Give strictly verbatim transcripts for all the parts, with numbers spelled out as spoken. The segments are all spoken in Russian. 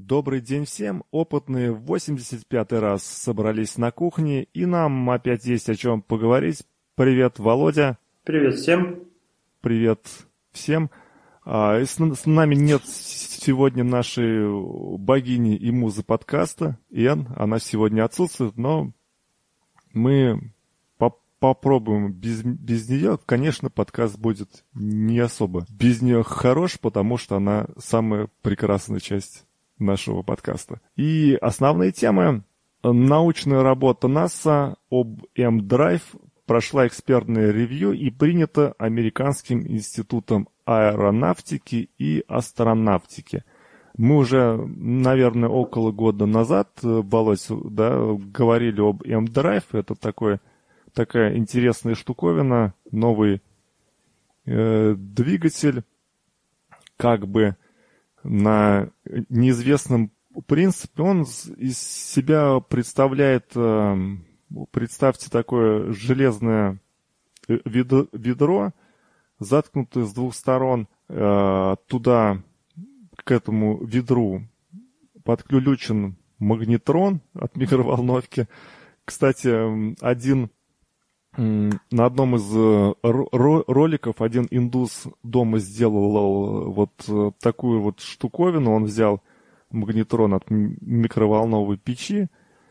Добрый день всем. Опытные в восемьдесят пятый раз собрались на кухне, и нам опять есть о чем поговорить. Привет, Володя. Привет всем. Привет всем. А, с, с нами нет сегодня нашей богини и музы подкаста, Эн. Она сегодня отсутствует, но мы по попробуем без, без нее. Конечно, подкаст будет не особо без нее хорош, потому что она самая прекрасная часть нашего подкаста. И основные темы. Научная работа НАСА об M-Drive прошла экспертное ревью и принята Американским институтом аэронавтики и астронавтики. Мы уже, наверное, около года назад, Володь, да, говорили об M-Drive. Это такой, такая интересная штуковина, новый э, двигатель, как бы на неизвестном принципе. Он из себя представляет, представьте, такое железное ведро, заткнутое с двух сторон. Туда, к этому ведру, подключен магнетрон от микроволновки. Кстати, один на одном из роликов один индус дома сделал вот такую вот штуковину. Он взял магнетрон от микроволновой печи,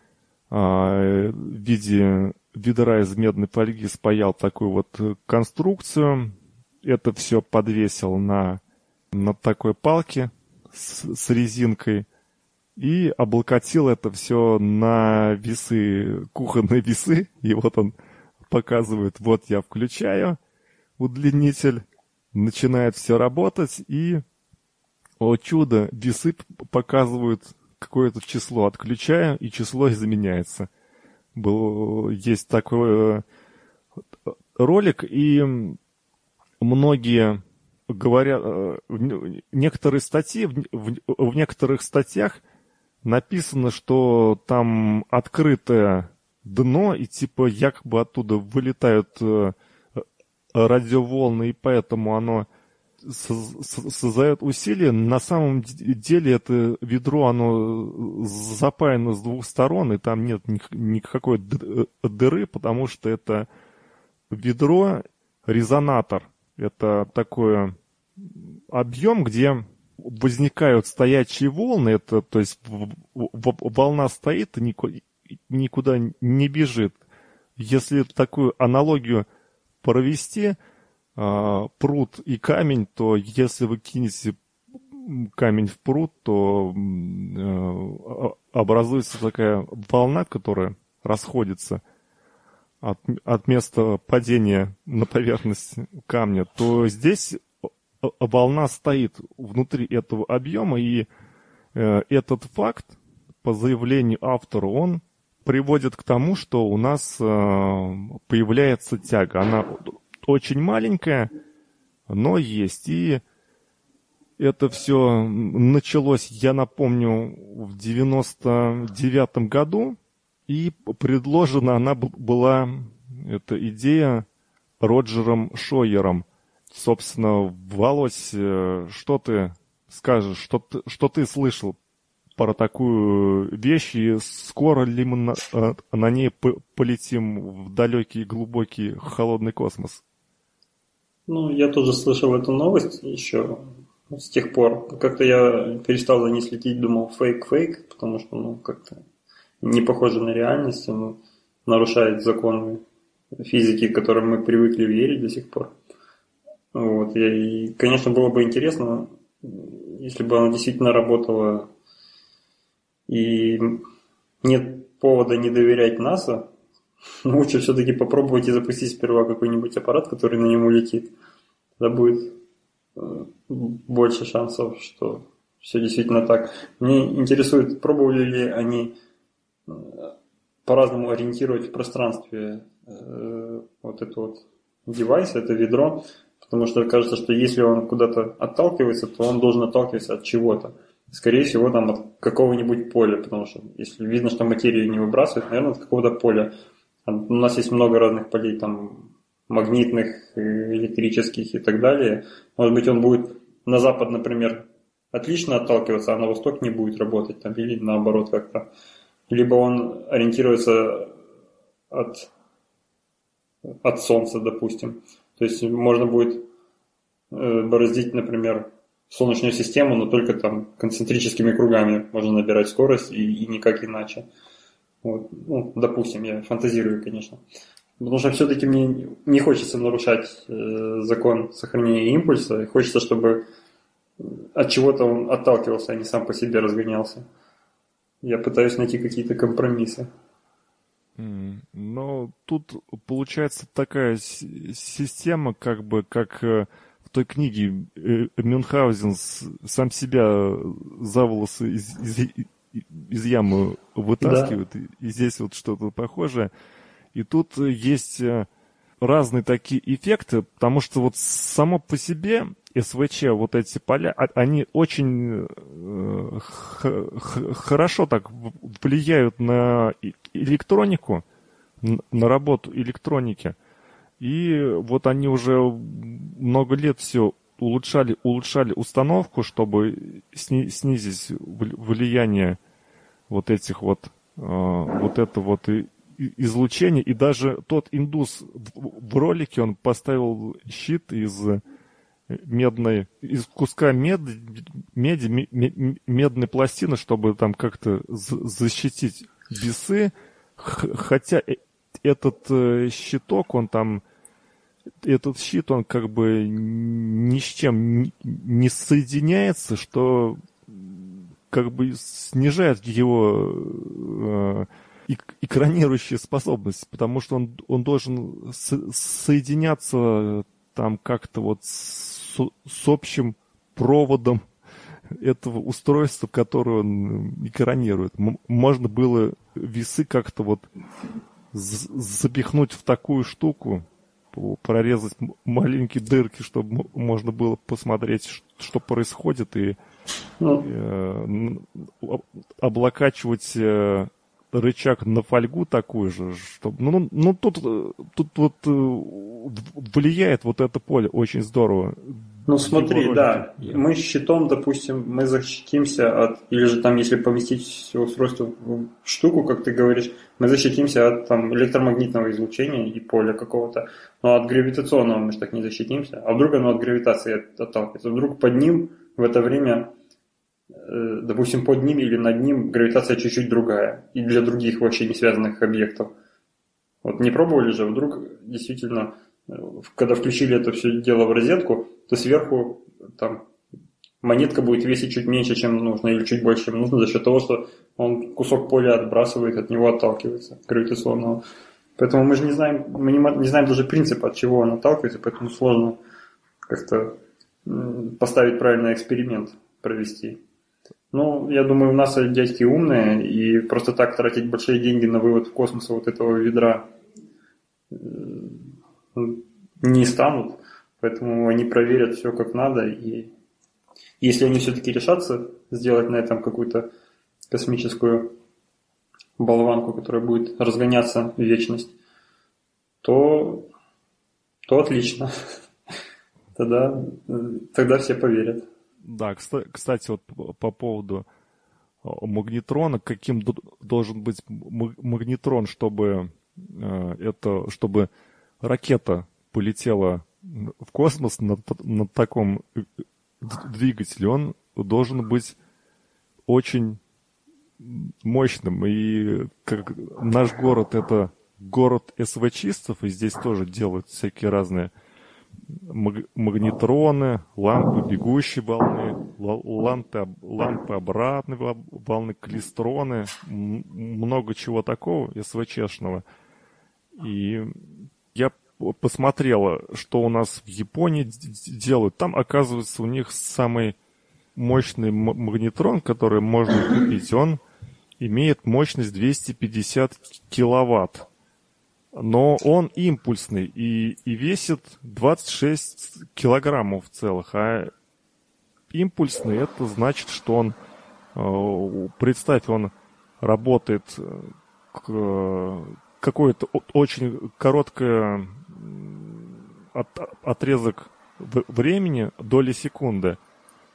в виде ведра из медной фольги спаял такую вот конструкцию. Это все подвесил на, на такой палке с, с резинкой и облокотил это все на весы, кухонные весы. И вот он показывает, вот я включаю удлинитель, начинает все работать, и, о чудо, весы показывают какое-то число, отключаю, и число изменяется. Был, есть такой ролик, и многие говорят, некоторые статьи, в, в, в некоторых статьях написано, что там открытое дно, и типа якобы оттуда вылетают э, радиоволны, и поэтому оно создает усилия. На самом деле это ведро, оно запаяно с двух сторон, и там нет никакой дыры, потому что это ведро резонатор. Это такой объем, где возникают стоячие волны. Это, то есть волна стоит и никуда не бежит. Если такую аналогию провести, пруд и камень, то если вы кинете камень в пруд, то образуется такая волна, которая расходится от, от места падения на поверхность камня, то здесь волна стоит внутри этого объема, и этот факт, по заявлению автора, он приводит к тому, что у нас появляется тяга. Она очень маленькая, но есть. И это все началось, я напомню, в девяносто девятом году. И предложена она была, эта идея, Роджером Шойером. Собственно, Володь, что ты скажешь, что ты, что ты слышал про такую вещь, и скоро ли мы на, на ней полетим в далекий, глубокий, холодный космос? Ну, я тоже слышал эту новость еще с тех пор. Как-то я перестал за ней следить, думал, фейк-фейк, потому что, ну, как-то не похоже на реальность, он нарушает законы физики, к которым мы привыкли верить до сих пор. Вот, и, конечно, было бы интересно, если бы она действительно работала, и нет повода не доверять НАСА, но лучше все-таки попробовать и запустить сперва какой-нибудь аппарат, который на нем улетит. Тогда будет больше шансов, что все действительно так. Мне интересует, пробовали ли они по-разному ориентировать в пространстве вот этот вот девайс, это ведро, потому что кажется, что если он куда-то отталкивается, то он должен отталкиваться от чего-то. Скорее всего, там от какого-нибудь поля, потому что если видно, что материю не выбрасывает, наверное, от какого-то поля. У нас есть много разных полей, там магнитных, электрических и так далее. Может быть, он будет на запад, например, отлично отталкиваться, а на восток не будет работать, там, или наоборот как-то. Либо он ориентируется от, от солнца, допустим. То есть можно будет э, бороздить, например, Солнечную систему, но только там концентрическими кругами можно набирать скорость и, и никак иначе. Вот. Ну, допустим, я фантазирую, конечно. Потому что все-таки мне не хочется нарушать э, закон сохранения импульса, и хочется, чтобы от чего-то он отталкивался, а не сам по себе разгонялся. Я пытаюсь найти какие-то компромиссы. Mm. Но тут получается такая с- система, как бы, как э, в той книге э, Мюнхгаузен с- сам себя за волосы из, из, из ямы вытаскивает, Да. и, и здесь вот что-то похожее. И тут есть э, разные такие эффекты, потому что вот само по себе СВЧ, вот эти поля, а- они очень э, х- х- хорошо так в- влияют на и- электронику, н- на работу электроники. И вот они уже много лет все улучшали, улучшали установку, чтобы сни- снизить вл- влияние вот этих вот, э, вот это вот и, и- излучение. И даже тот индус в, в ролике, он поставил щит из медной, из куска мед, меди, ме- ме- медной пластины, чтобы там как-то з- защитить бисы. Х- хотя э- этот э, щиток, он там, этот щит, он как бы ни с чем не не соединяется, что как бы снижает его э, эк- экранирующие способности, потому что он, он должен со- соединяться там как-то вот с, с общим проводом этого устройства, которое он экранирует. М- Можно было весы как-то вот з- запихнуть в такую штуку, п- прорезать м- маленькие дырки, чтобы м- можно было посмотреть, ш- что происходит, и Ну, э, н- об- облокачивать э, рычаг на фольгу такую же, чтобы, ну, ну, ну, тут, э, тут вот э, в- влияет вот это поле очень здорово. ну Его смотри, ролики. да, мы щитом, допустим, мы защитимся от, или же там, если поместить все устройство в штуку, как ты говоришь, мы защитимся от там электромагнитного излучения и поля какого-то, но от гравитационного мы же так не защитимся. А вдруг оно от гравитации от- отталкивается? Вдруг под ним в это время, э, допустим, под ним или над ним гравитация чуть-чуть другая, и для других вообще не связанных объектов. Вот не пробовали же, вдруг действительно, э, когда включили это все дело в розетку, то сверху там монетка будет весить чуть меньше, чем нужно, или чуть больше, чем нужно, за счет того, что он кусок поля отбрасывает, от него отталкивается, гравитационного. Поэтому мы же не знаем, мы не, мо- не знаем даже принципа, от чего он отталкивается, поэтому сложно как-то м, поставить правильный эксперимент, провести. Ну, я думаю, у нас дядьки умные, и просто так тратить большие деньги на вывод в космос вот этого ведра э, не станут, поэтому они проверят все как надо, и если они все-таки решатся сделать на этом какую-то космическую болванку, которая будет разгоняться в вечность, то, то отлично. Тогда, тогда все поверят. Да, кста- кстати, вот по по поводу э, магнетрона, каким д- должен быть м- магнетрон, чтобы э, это, чтобы ракета полетела в космос на, т- на таком э, д- двигателе, он должен быть очень мощным. И как наш город — это город СВЧистов, и здесь тоже делают всякие разные маг- магнетроны, лампы бегущей волны, ла- лампы, об- лампы обратной во- волны, клистроны, м- много чего такого СВЧшного. И я п- посмотрела, что у нас в Японии д- д- делают. Там, оказывается, у них самый мощный м- магнетрон, который можно купить, он имеет мощность двести пятьдесят киловатт. Но он импульсный и, и весит двадцать шесть килограммов целых. А импульсный — это значит, что он, э, представь, он работает э, к- какое-то о- очень короткое м, от- отрезок в- времени, доли секунды.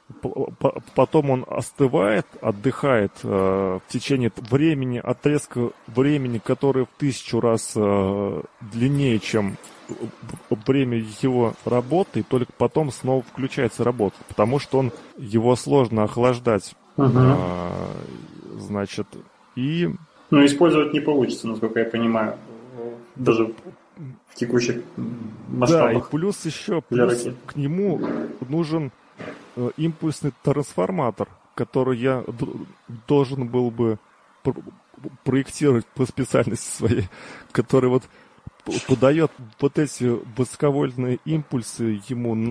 потом он остывает, отдыхает э, в течение времени, отрезка времени, который в тысячу раз э, длиннее, чем время его работы, и только потом снова включается работа, потому что он, его сложно охлаждать, угу. э, значит, и... Ну, использовать не получится, насколько я понимаю, даже в текущих масштабах. Да, и плюс еще, плюс к нему нужен э, импульсный трансформатор, который я д- должен был бы пр- проектировать по специальности своей, который вот подает вот эти высоковольтные импульсы ему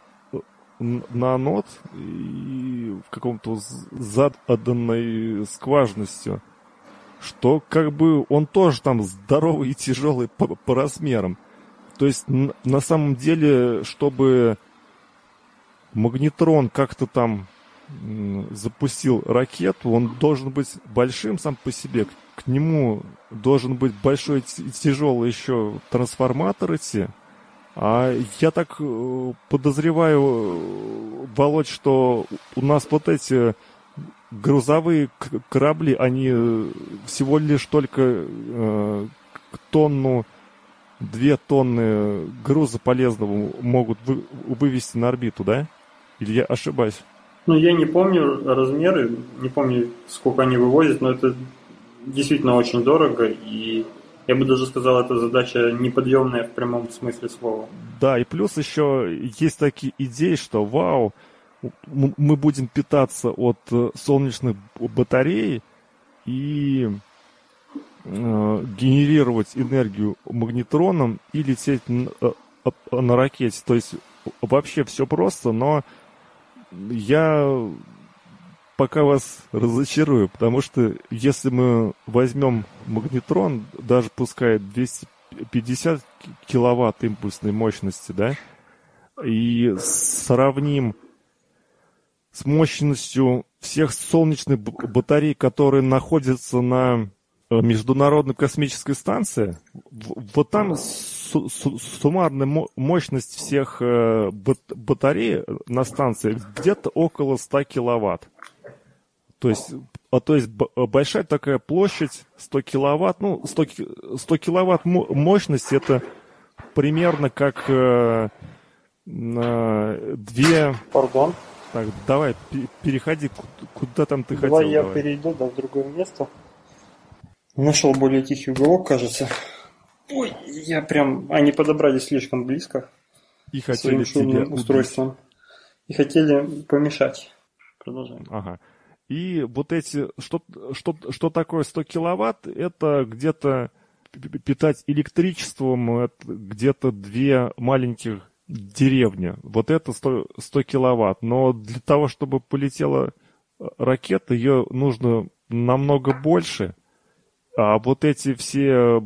на нот и в каком-то заданной скважностью, что как бы он тоже там здоровый и тяжелый по, по размерам. То есть н- на самом деле, чтобы магнетрон как-то там м, запустил ракету, он должен быть большим сам по себе. К, к нему должен быть большой и тяжелый еще трансформатор идти. А я так э, подозреваю, Володь, что у нас вот эти грузовые к- корабли, они всего лишь только э, тонну, две тонны груза полезного могут вы, вывести на орбиту, да? Или я ошибаюсь? Ну, я не помню размеры, не помню, сколько они вывозят, но это действительно очень дорого, и я бы даже сказал, это задача неподъемная в прямом смысле слова. Да, и плюс еще есть такие идеи, что вау, мы будем питаться от солнечных батарей и э, генерировать энергию магнетроном и лететь на, на ракете. То есть вообще все просто, но я пока вас разочарую, потому что если мы возьмем магнетрон, даже пускай двести пятьдесят киловатт импульсной мощности, да, и сравним с мощностью всех солнечных батарей, которые находятся на Международной космической станции, вот там су- су- суммарная мощность всех батарей на станции где-то около ста киловатт. То есть, а, то есть большая такая площадь, сто киловатт, ну, сто, сто киловатт мощность, это примерно как э, э, две... Пардон. Так, давай, переходи, куда там ты давай хотел. Я давай, я перейду да, в другое место. Нашел более тихий уголок, кажется. Ой, я прям... Они подобрались слишком близко. И хотели своим тебя устройством. И хотели помешать. Продолжаем. Ага. И вот эти... Что, что, что такое сто киловатт? Это где-то питать электричеством, это где-то две маленьких деревни. Вот это сто, сто киловатт. Но для того, чтобы полетела ракета, ее нужно намного больше. А вот эти все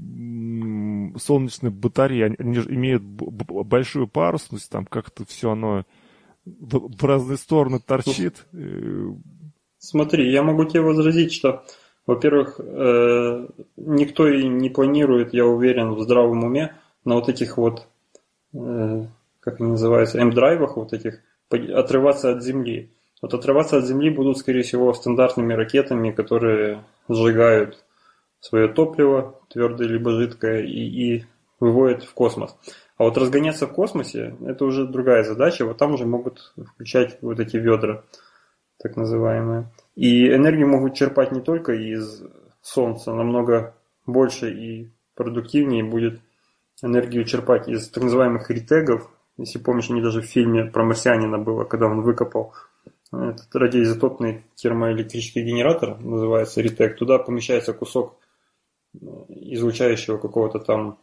солнечные батареи, они, они же имеют большую парусность, там как-то все оно в, в разные стороны торчит. Смотри, я могу тебе возразить, что, во-первых, э, никто и не планирует, я уверен, в здравом уме на вот этих вот, э, как они называются, эм-драйвах, вот этих, отрываться от Земли. Вот отрываться от Земли будут, скорее всего, стандартными ракетами, которые сжигают свое топливо, твердое либо жидкое, и, и выводят в космос. А вот разгоняться в космосе, это уже другая задача, вот там уже могут включать вот эти ведра, так называемые. И энергию могут черпать не только из Солнца, намного больше и продуктивнее будет энергию черпать из так называемых ритегов. Если помнишь, они даже в фильме про марсианина было, когда он выкопал этот радиоизотопный термоэлектрический генератор, называется ритег, туда помещается кусок излучающего какого-то там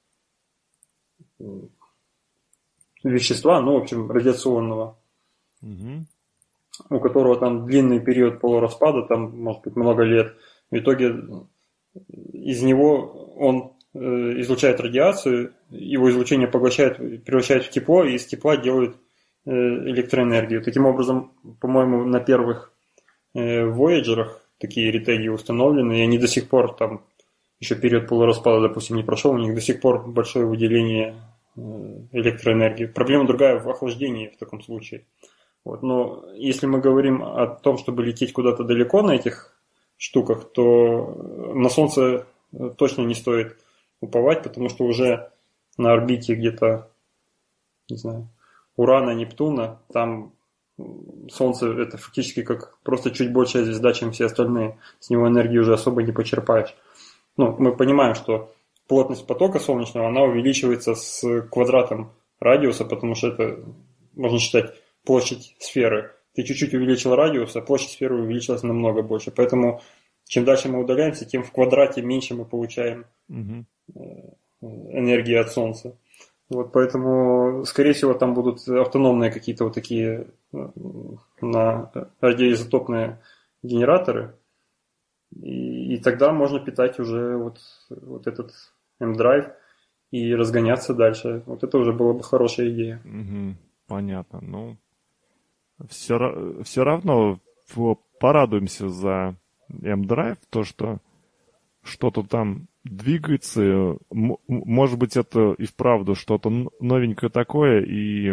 вещества, ну, в общем, радиационного, угу. у которого там длинный период полураспада, там, может быть, много лет. В итоге из него он э, излучает радиацию, его излучение поглощает, превращает в тепло, и из тепла делает э, электроэнергию. Таким образом, по-моему, на первых э, Voyager'ах такие ритеги установлены, и они до сих пор там, еще период полураспада, допустим, не прошел, у них до сих пор большое выделение электроэнергии. Проблема другая в охлаждении в таком случае. Вот. Но если мы говорим о том, чтобы лететь куда-то далеко на этих штуках, то на Солнце точно не стоит уповать, потому что уже на орбите где-то, не знаю, Урана, Нептуна, там Солнце это фактически как просто чуть большая звезда, чем все остальные. С него энергии уже особо не почерпаешь. Ну, мы понимаем, что плотность потока солнечного, она увеличивается с квадратом радиуса, потому что это, можно считать, площадь сферы. Ты чуть-чуть увеличил радиус, а площадь сферы увеличилась намного больше. Поэтому чем дальше мы удаляемся, тем в квадрате меньше мы получаем угу. энергии от Солнца. Вот поэтому, скорее всего, там будут автономные какие-то вот такие на радиоизотопные генераторы. И, и тогда можно питать уже вот, вот этот M-Drive и разгоняться дальше. Вот это уже была бы хорошая идея. Угу, понятно. Ну, все, все равно порадуемся за M-Drive, то, что что-то там двигается. Может быть, это и вправду что-то новенькое такое, и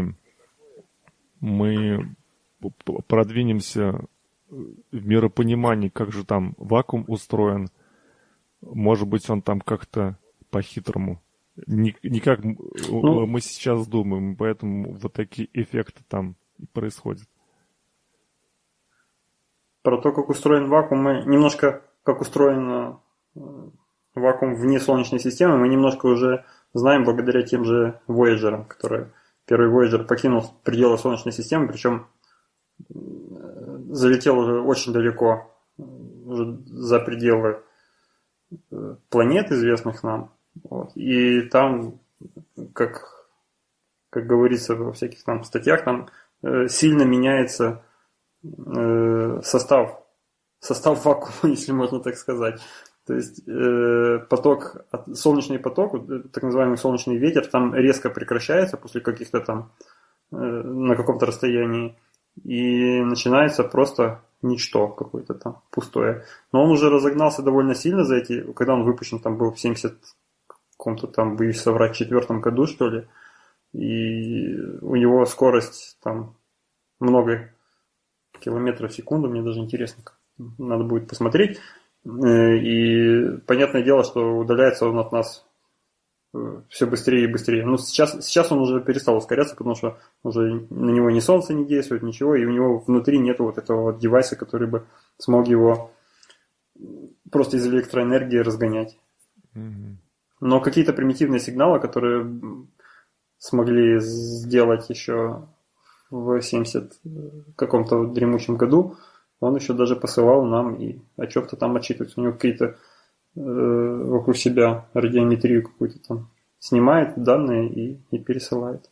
мы продвинемся в миропонимании, как же там вакуум устроен. Может быть, он там как-то по-хитрому. Не, не как ну, мы сейчас думаем, поэтому вот такие эффекты там и происходят. Про то, как устроен вакуум, мы немножко, как устроен вакуум вне Солнечной системы, мы немножко уже знаем благодаря тем же Voyager, которые первый Voyager покинул пределы Солнечной системы, причем залетел уже очень далеко, уже за пределы планет, известных нам. Вот. И там, как, как говорится во всяких там статьях, там э, сильно меняется э, состав, состав вакуума, если можно так сказать. То есть э, поток, солнечный поток, так называемый солнечный ветер, там резко прекращается после каких-то там э, на каком-то расстоянии. И начинается просто ничто какое-то там пустое. Но он уже разогнался довольно сильно за эти, когда он выпущен, там был в семьдесят каком-то там, боюсь соврать, четвертом году, что ли. И у него скорость там много километров в секунду, мне даже интересно, надо будет посмотреть. И понятное дело, что удаляется он от нас все быстрее и быстрее. Но сейчас, сейчас он уже перестал ускоряться, потому что уже на него ни солнце не действует, ничего, и у него внутри нету вот этого вот девайса, который бы смог его просто из электроэнергии разгонять. Mm-hmm. Но какие-то примитивные сигналы, которые смогли сделать еще в семьдесят каком-то дремучем году, он еще даже посылал нам и о чем-то там отчитывается. У него какие-то вокруг себя радиометрию какую-то там снимает, данные и, и пересылает.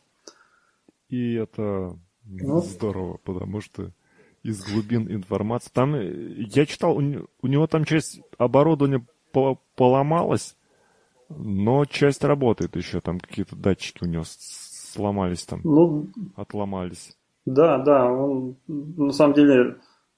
И это ну, здорово, потому что из глубин информации. Там, я читал, у, у него там часть оборудования поломалась, но часть работает еще. Там какие-то датчики у него сломались там, ну, отломались. Да, да, он на самом деле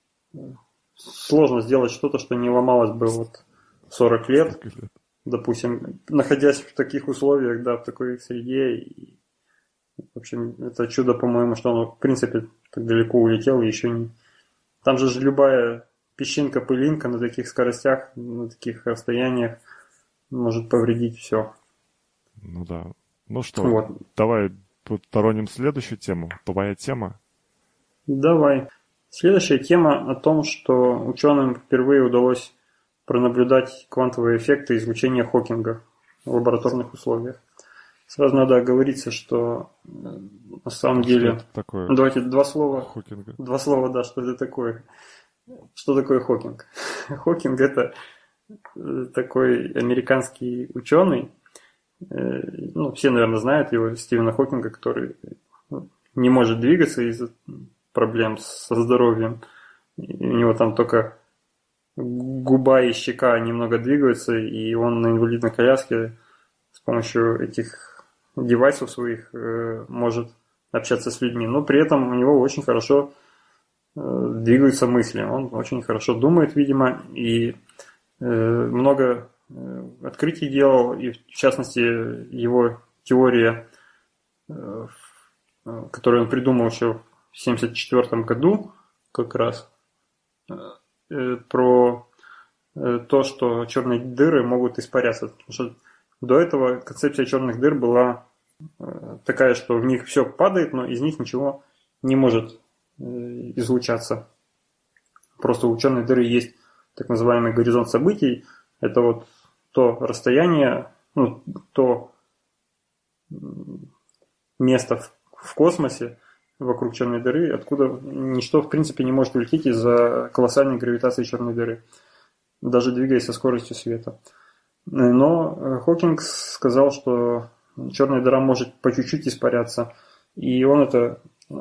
сложно сделать что-то, что не ломалось бы вот сорок лет, допустим, находясь в таких условиях, да, в такой среде. И, в общем, это чудо, по-моему, что он, в принципе, так далеко улетел и еще не... Там же любая песчинка, пылинка на таких скоростях, на таких расстояниях может повредить все. Ну да. Ну что, вот. Давай пороним следующую тему. Твоя тема? Давай. Следующая тема о том, что ученым впервые удалось пронаблюдать квантовые эффекты излучения Хокинга в лабораторных условиях. Сразу надо оговориться, что на самом что деле... это такое? Давайте два слова. Хокинга. Два слова, да, что это такое. Что такое Хокинг? Хокинг — это такой американский ученый. Ну, все, наверное, знают его, Стивена Хокинга, который не может двигаться из-за проблем со здоровьем. И у него там только губа и щека немного двигаются, и он на инвалидной коляске с помощью этих девайсов своих э, может общаться с людьми. Но при этом у него очень хорошо э, двигаются мысли. Он очень хорошо думает, видимо, и э, много э, открытий делал, и в частности его теория, э, которую он придумал еще в семьдесят четвёртом году как раз э, про э, то, что черные дыры могут испаряться. Потому что до этого концепция черных дыр была э, такая, что в них все падает, но из них ничего не может э, излучаться. Просто у черной дыры есть так называемый горизонт событий. Это вот то расстояние, ну, то место в, в космосе вокруг черной дыры, откуда ничто в принципе не может улететь из-за колоссальной гравитации черной дыры, даже двигаясь со скоростью света. Но Хокинг сказал, что черная дыра может по чуть-чуть испаряться, и он это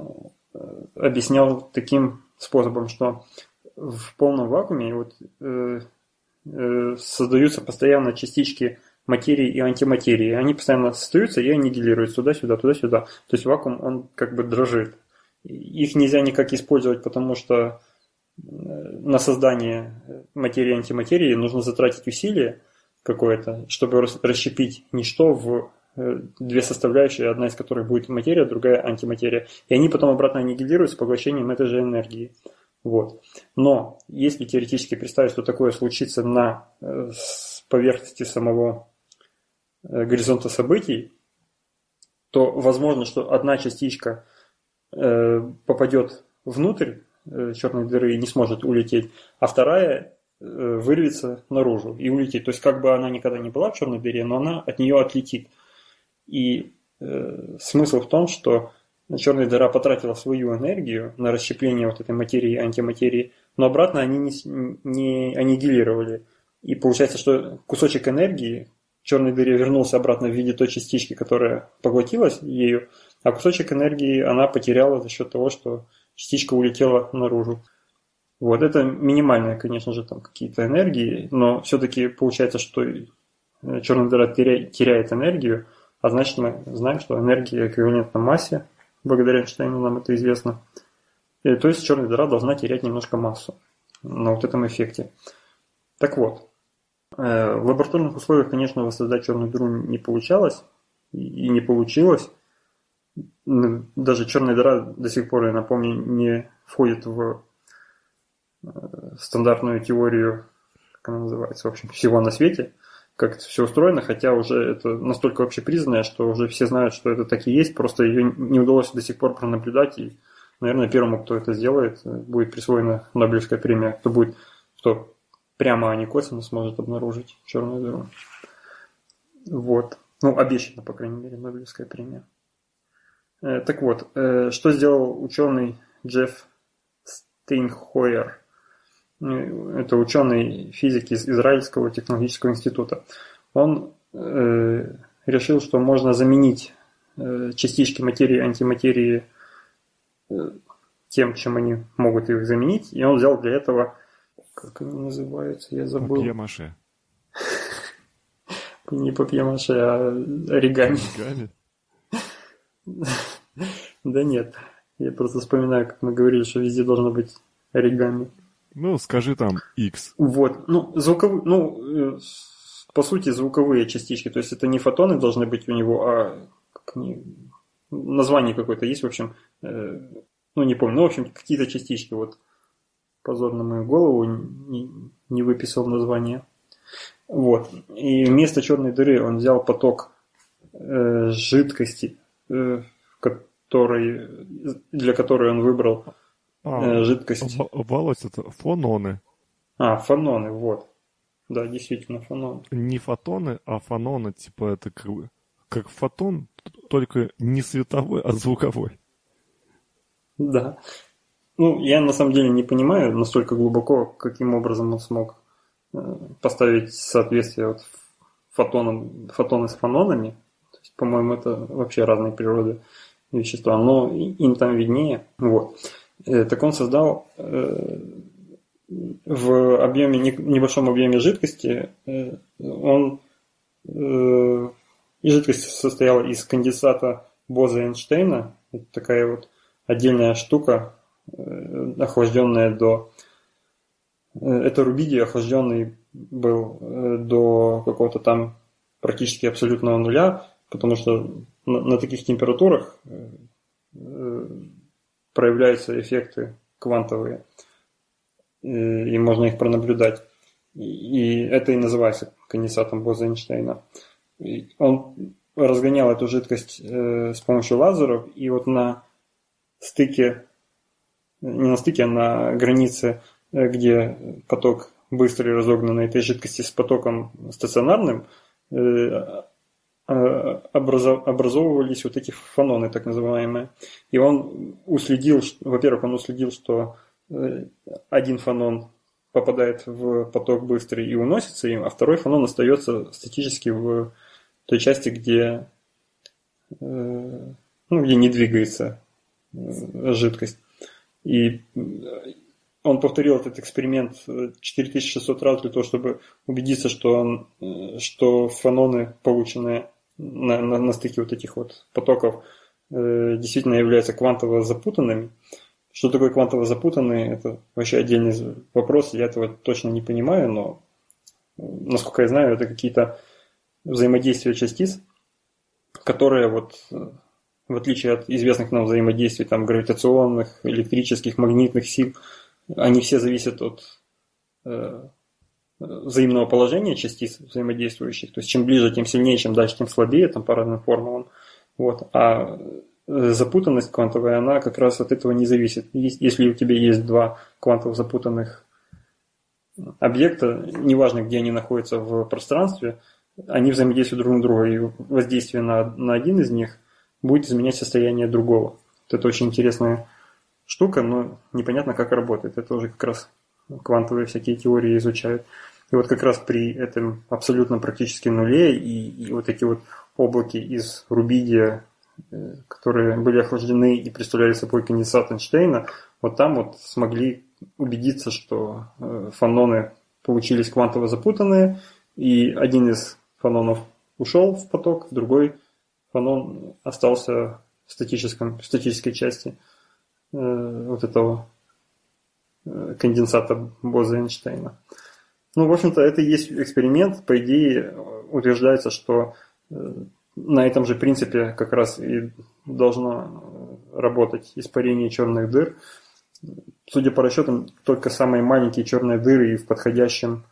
объяснял таким способом, что в полном вакууме вот, э, э, создаются постоянно частички материи и антиматерии. Они постоянно создаются и аннигилируются туда-сюда, туда-сюда. То есть вакуум, он как бы дрожит. Их нельзя никак использовать, потому что на создание материи и антиматерии нужно затратить усилие какое-то, чтобы расщепить ничто в две составляющие, одна из которых будет материя, другая антиматерия. И они потом обратно аннигилируются поглощением этой же энергии. Вот. Но если теоретически представить, что такое случится на поверхности самого горизонта событий, то возможно, что одна частичка попадет внутрь черной дыры и не сможет улететь, а вторая вырвется наружу и улетит. То есть как бы она никогда не была в черной дыре, но она от нее отлетит. И э, смысл в том, что черная дыра потратила свою энергию на расщепление вот этой материи и антиматерии, но обратно они не, не аннигилировали. И получается, что кусочек энергии черной дыре вернулся обратно в виде той частички, которая поглотилась ею, а кусочек энергии она потеряла за счет того, что частичка улетела наружу. Вот это минимальные, конечно же, там какие-то энергии, но все-таки получается, что черная дыра теряет энергию, а значит мы знаем, что энергия эквивалентна массе. Благодаря Эйнштейну нам это известно. И, то есть черная дыра должна терять немножко массу на вот этом эффекте. Так вот, э, в лабораторных условиях, конечно, воссоздать черную дыру не получалось и, и не получилось. Даже черная дыра до сих пор, я напомню, не входит в э, стандартную теорию, как она называется, в общем, всего на свете, как это все устроено, хотя уже это настолько общепризнанное, что уже все знают, что это так и есть, просто ее не удалось до сих пор пронаблюдать, и, наверное, первому, кто это сделает, будет присвоена Нобелевская премия, кто будет, кто прямо, а не косвенно сможет обнаружить черную дыру. Вот. Ну, обещана, по крайней мере, Нобелевская премия. Так вот, что сделал ученый Джефф Стейнхойер? Это ученый физик из Израильского технологического института. Он э, решил, что можно заменить э, частички материи и антиматерии э, тем, чем они могут их заменить. И он взял для этого, как оно называется, я забыл. Папье-маше. Не папье-маше, а оригами. Оригами? Да нет. Я просто вспоминаю, как мы говорили, что везде должно быть оригами. Ну, скажи там X. Вот, ну, звуковые, ну, по сути, звуковые частички, то есть это не фотоны должны быть у него, а как они, название какое-то есть, в общем, э, ну, не помню, ну, в общем, какие-то частички, вот, позор на мою голову, не, не выписал название. Вот, и вместо черной дыры он взял поток э, жидкости, э, который, для которой он выбрал А, жидкость. Володь, это фононы. А, фононы, вот. Да, действительно, фононы. Не фотоны, а фононы, типа это как, как фотон, только не световой, а звуковой. Да. Ну, я на самом деле не понимаю настолько глубоко, каким образом он смог поставить соответствие вот фотонам, фотоны с фононами. То есть, по-моему, это вообще разные природы вещества, но им там виднее. Вот. Так он создал э, в объеме, небольшом объеме жидкости, э, он, э, и жидкость состояла из конденсата Боза-Эйнштейна, это такая вот отдельная штука, э, охлажденная до, э, это рубидий охлажденный был э, до какого-то там практически абсолютного нуля, потому что на, на таких температурах э, проявляются эффекты квантовые, и можно их пронаблюдать. И это и называется конденсатом Боза-Эйнштейна. Он разгонял эту жидкость с помощью лазеров, и вот на стыке, не на стыке, а на границе, где поток быстрый разогнанный этой жидкости с потоком стационарным, образовывались вот эти фононы, так называемые. И он уследил, во-первых, он уследил, что один фонон попадает в поток быстрый и уносится им, а второй фонон остается статически в той части, где, ну, где не двигается жидкость. И он повторил этот эксперимент четыре тысячи шестьсот раз для того, чтобы убедиться, что, он, что фононы, полученные на, на, на стыке вот этих вот потоков, э, действительно являются квантово запутанными. Что такое квантово запутанные, это вообще отдельный вопрос, я этого точно не понимаю, но, насколько я знаю, это какие-то взаимодействия частиц, которые вот, в отличие от известных нам взаимодействий там, гравитационных, электрических, магнитных сил, они все зависят от э, взаимного положения частиц взаимодействующих. То есть чем ближе, тем сильнее, чем дальше, тем слабее, там по разным формулам. Вот. А запутанность квантовая, она как раз от этого не зависит. Если у тебя есть два квантово запутанных объекта, неважно, где они находятся в пространстве, они взаимодействуют друг на друга, и воздействие на, на один из них будет изменять состояние другого. Вот это очень интересная штука, но непонятно, как работает. Это уже как раз квантовые всякие теории изучают. И вот как раз при этом абсолютно практически нуле и, и вот эти вот облаки из рубидия, которые были охлаждены и представляли собой конденсат Эйнштейна, вот там вот смогли убедиться, что фононы получились квантово запутанные, и один из фононов ушел в поток, другой фонон остался в, статическом, в статической части э, вот этого э, конденсата Боза-Эйнштейна. Ну, в общем-то, это и есть эксперимент. По идее, утверждается, что э, на этом же принципе как раз и должно работать испарение черных дыр. Судя по расчетам, только самые маленькие черные дыры и в подходящем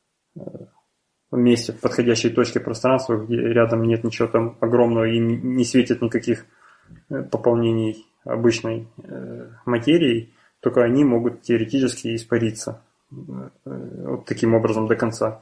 месте, в подходящей точке пространства, где рядом нет ничего там огромного и не светит никаких пополнений обычной материи, только они могут теоретически испариться вот таким образом до конца.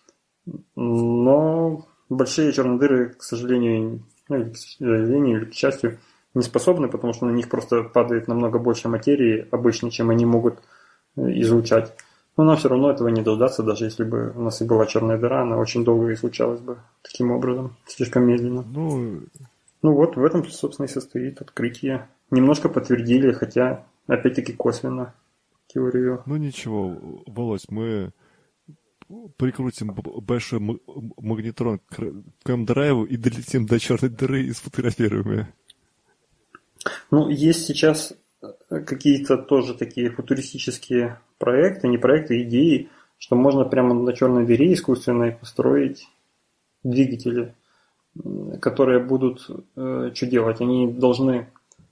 Но большие черные дыры, к сожалению, ну, или к сожалению, или к счастью, не способны, потому что на них просто падает намного больше материи обычной, чем они могут излучать. Но нам все равно этого не дождаться, даже если бы у нас и была черная дыра, она очень долго излучалась бы таким образом, слишком медленно. Ну, ну вот, в этом, собственно, и состоит открытие. Немножко подтвердили, хотя, опять-таки, косвенно теорию. Ну ничего, Володь, мы прикрутим большой магнетрон к M-драйву и долетим до черной дыры и сфотографируем ее. Ну, есть сейчас какие-то тоже такие футуристические проекты, не проекты, идеи, что можно прямо на черной дыре искусственной построить двигатели, которые будут э, что делать? Они должны...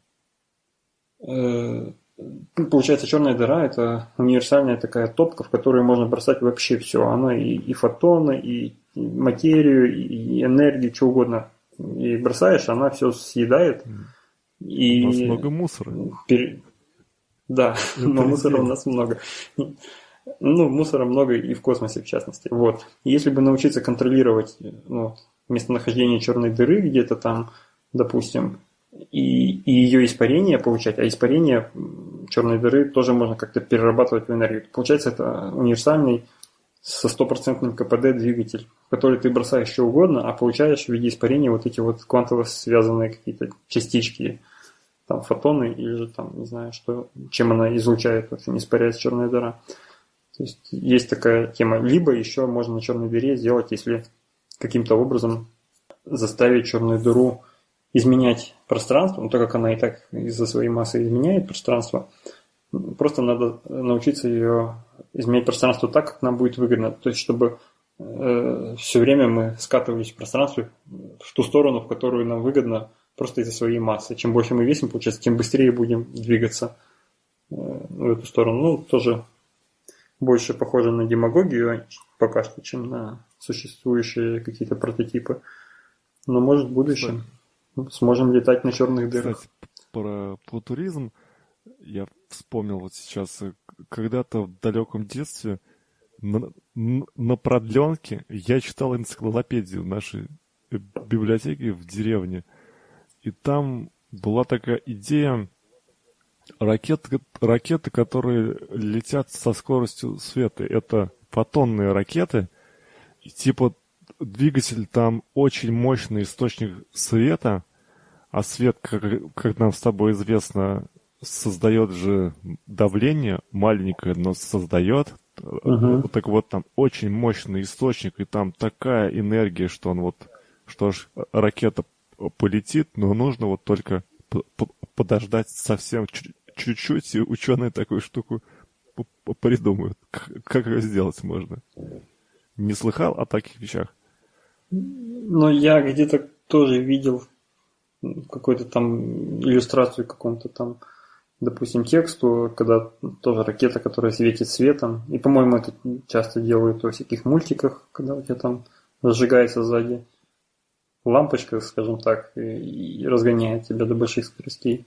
Э, получается, черная дыра – это универсальная такая топка, в которую можно бросать вообще все. Она и, и фотоны, и, и материю, и, и энергию, что угодно. И бросаешь, она все съедает. И... У нас много мусора. Пер... Да, но мусора у нас много. Ну, мусора много и в космосе, в частности. Вот. Если бы научиться контролировать ну, местонахождение черной дыры где-то там, допустим, и, и ее испарение получать, а испарение черной дыры тоже можно как-то перерабатывать в энергию. Получается, это универсальный со стопроцентным КПД двигатель, в который ты бросаешь что угодно, а получаешь в виде испарения вот эти вот квантово связанные какие-то частички, там фотоны или же там, не знаю, что, чем она излучает, вообще не испаряется черная дыра. То есть есть такая тема. Либо еще можно на черной дыре сделать, если каким-то образом заставить черную дыру изменять пространство, ну так как она и так из-за своей массы изменяет пространство, просто надо научиться ее изменять пространство так, как нам будет выгодно. То есть чтобы э, все время мы скатывались в пространстве в ту сторону, в которую нам выгодно просто из-за своей массы. Чем больше мы весим, получается, тем быстрее будем двигаться в эту сторону. Ну, тоже больше похоже на демагогию пока что, чем на существующие какие-то прототипы. Но, может, в будущем Кстати, сможем летать на черных дырах. Кстати, про футуризм я вспомнил вот сейчас. Когда-то в далеком детстве на, на продленке я читал энциклопедию нашей библиотеки в деревне. И там была такая идея ракеты, ракеты, которые летят со скоростью света. Это фотонные ракеты. И типа двигатель там очень мощный источник света, а свет, как, как нам с тобой известно, создает же давление маленькое, но создает. Uh-huh. Так вот, там очень мощный источник, и там такая энергия, что он вот, что ж, ракета полетит, но нужно вот только подождать совсем чуть-чуть, и ученые такую штуку придумают. Как ее сделать можно? Не слыхал о таких вещах? Ну, я где-то тоже видел какую-то там иллюстрацию к какому-то там, допустим, тексту, когда тоже ракета, которая светит светом. И, по-моему, это часто делают во всяких мультиках, когда у тебя там зажигается сзади лампочка, скажем так, и, и разгоняет тебя до больших скоростей.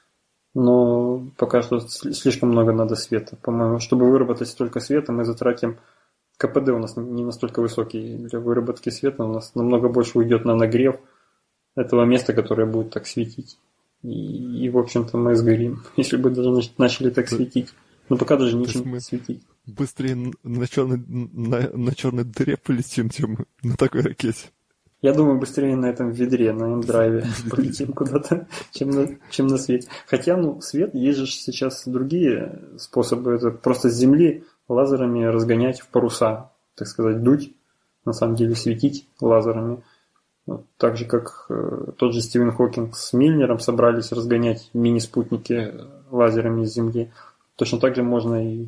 Но пока что слишком много надо света. По-моему, чтобы выработать столько света, мы затратим... КПД у нас не настолько высокий для выработки света. У нас намного больше уйдет на нагрев этого места, которое будет так светить. И, и в общем-то, мы сгорим, если бы даже начали так светить. Но пока даже нечем мы светить. Быстрее на черной, на, на черной дыре полетим, чем на такой ракете. Я думаю, быстрее на этом ведре, на M-драйве полетим куда-то, чем на, чем на свете. Хотя, ну, свет, есть же сейчас другие способы. Это просто с Земли лазерами разгонять в паруса, так сказать, дуть, на самом деле светить лазерами. Вот, так же, как э, тот же Стивен Хокинг с Мильнером собрались разгонять мини-спутники лазерами с Земли. Точно так же можно и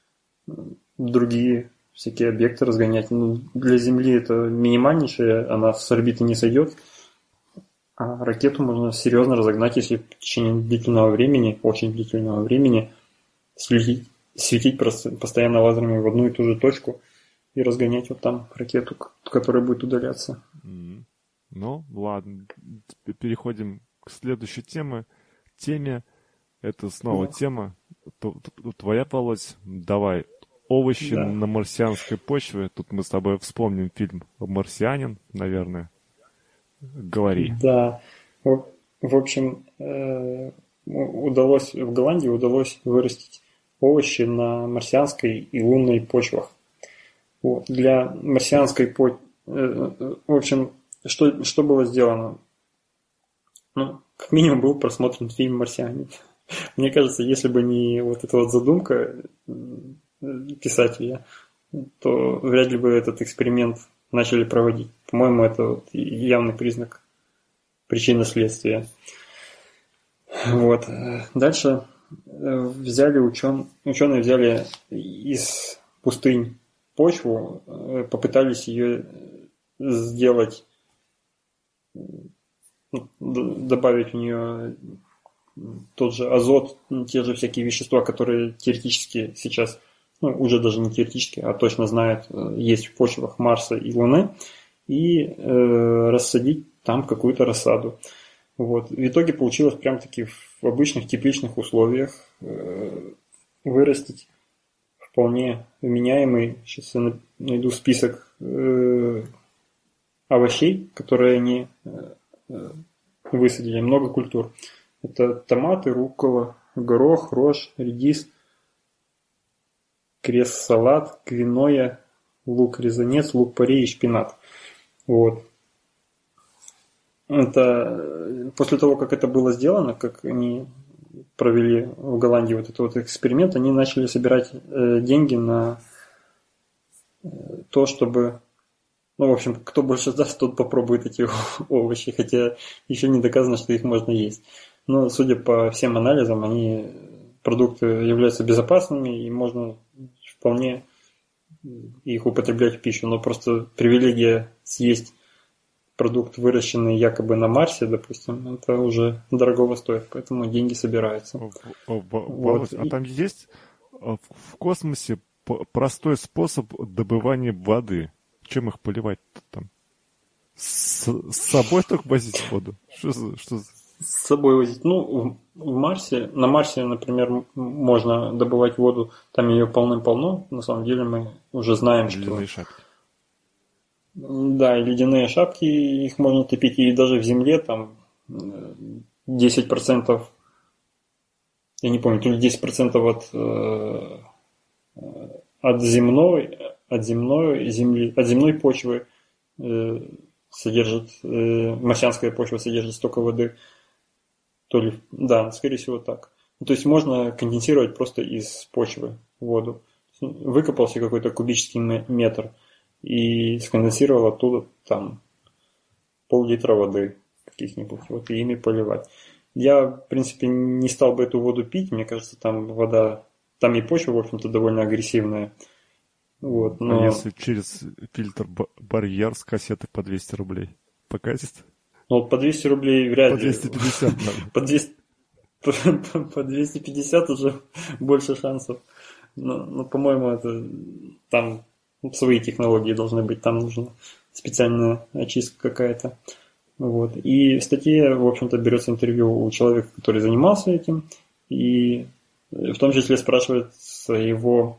другие всякие объекты разгонять. Ну, для Земли это минимальнейшее, она с орбиты не сойдет. А ракету можно серьезно разогнать, если в течение длительного времени, очень длительного времени, следить, светить просто постоянно лазерами в одну и ту же точку и разгонять вот там ракету, которая будет удаляться. Mm. Ну, ладно. Переходим к следующей теме. Теме. Это снова да. тема. Твоя, Володь. Давай. Овощи да. на марсианской почве. Тут мы с тобой вспомним фильм «Марсианин», наверное. Говори. Да. В, в общем, э, удалось в Голландии удалось вырастить овощи на марсианской и лунной почвах. Вот. Для марсианской почвы, э, в общем, что, что было сделано? Ну, как минимум был просмотрен фильм «Марсианин». Мне кажется, если бы не вот эта вот задумка писателя, то вряд ли бы этот эксперимент начали проводить. По-моему, это вот явный признак причинно-следствия. Вот. Дальше взяли учен... ученые взяли из пустынь почву, попытались ее сделать, добавить в нее тот же азот, те же всякие вещества, которые теоретически сейчас, ну, уже даже не теоретически, а точно знают, есть в почвах Марса и Луны, и э, рассадить там какую-то рассаду. Вот. В итоге получилось прям таки в обычных тепличных условиях э, вырастить вполне вменяемый, сейчас я найду список э, овощей, которые они э, высадили, много культур. Это томаты, руккола, горох, рожь, редис, крест-салат, квиноя, лук-резанец, лук-порей и шпинат. Вот. Это после того, как это было сделано, как они провели в Голландии вот этот вот эксперимент, они начали собирать э, деньги на э, то, чтобы, ну, в общем, кто больше даст, тот попробует эти овощи, хотя еще не доказано, что их можно есть. Но, судя по всем анализам, они, продукты являются безопасными и можно вполне их употреблять в пищу. Но просто привилегия съесть продукт, выращенный якобы на Марсе, допустим, это уже дорогого стоит, поэтому деньги собираются. Вот. А там есть в космосе простой способ добывания воды? Чем их поливать-то там? С, с собой только возить воду? Что за, что за... С собой возить. Ну, в, в Марсе, на Марсе, например, можно добывать воду, там ее полным-полно. На самом деле мы уже знаем, ледяные что... шапки. Да, и ледяные шапки, их можно топить, и даже в земле там десять процентов, я не помню, то ли десять процентов от, от земной, от земной земли, от земной почвы содержит, марсианская почва содержит столько воды, то ли, да, скорее всего так. То есть можно конденсировать просто из почвы воду. Выкопался какой-то кубический метр и сконденсировал оттуда там пол-литра воды каких-нибудь, вот, и ими поливать. Я, в принципе, не стал бы эту воду пить, мне кажется, там вода, там и почва, в общем-то, довольно агрессивная. Вот, но... А если через фильтр барьер с кассеты по двести рублей покатит? Ну, вот по двести рублей вряд ли. По двести пятьдесят надо. По двести... По двести пятьдесят уже больше шансов. Но, но, по-моему, это там свои технологии должны быть, там нужна специальная очистка какая-то. Вот. И в статье, в общем-то, берется интервью у человека, который занимался этим, и в том числе спрашивается его,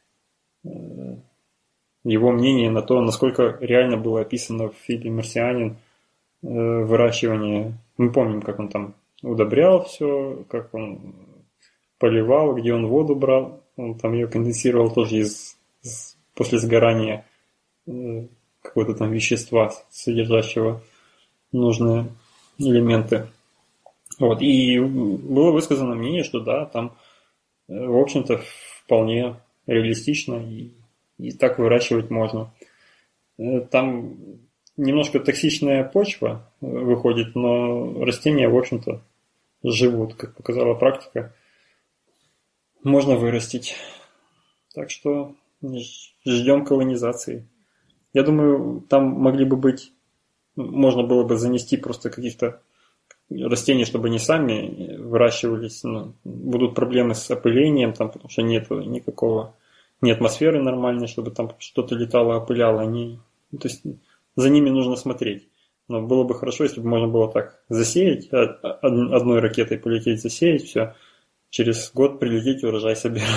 его мнение на то, насколько реально было описано в фильме «Марсианин» выращивание. Мы помним, как он там удобрял все, как он поливал, где он воду брал. Он там ее конденсировал тоже из, из, после сгорания э, какого-то там вещества, содержащего нужные элементы. Вот. И было высказано мнение, что да, там, э, в общем-то, вполне реалистично и, и так выращивать можно. Э, там немножко токсичная почва выходит, но растения, в общем-то, живут, как показала практика. Можно вырастить. Так что ждем колонизации. Я думаю, там могли бы быть, можно было бы занести просто каких-то растений, чтобы они сами выращивались. Но будут проблемы с опылением, там, потому что нет никакого, ни атмосферы нормальной, чтобы там что-то летало, опыляло. Они, то есть за ними нужно смотреть. Но было бы хорошо, если бы можно было так засеять, одной ракетой полететь, засеять, все. Через год прилететь и урожай собирать.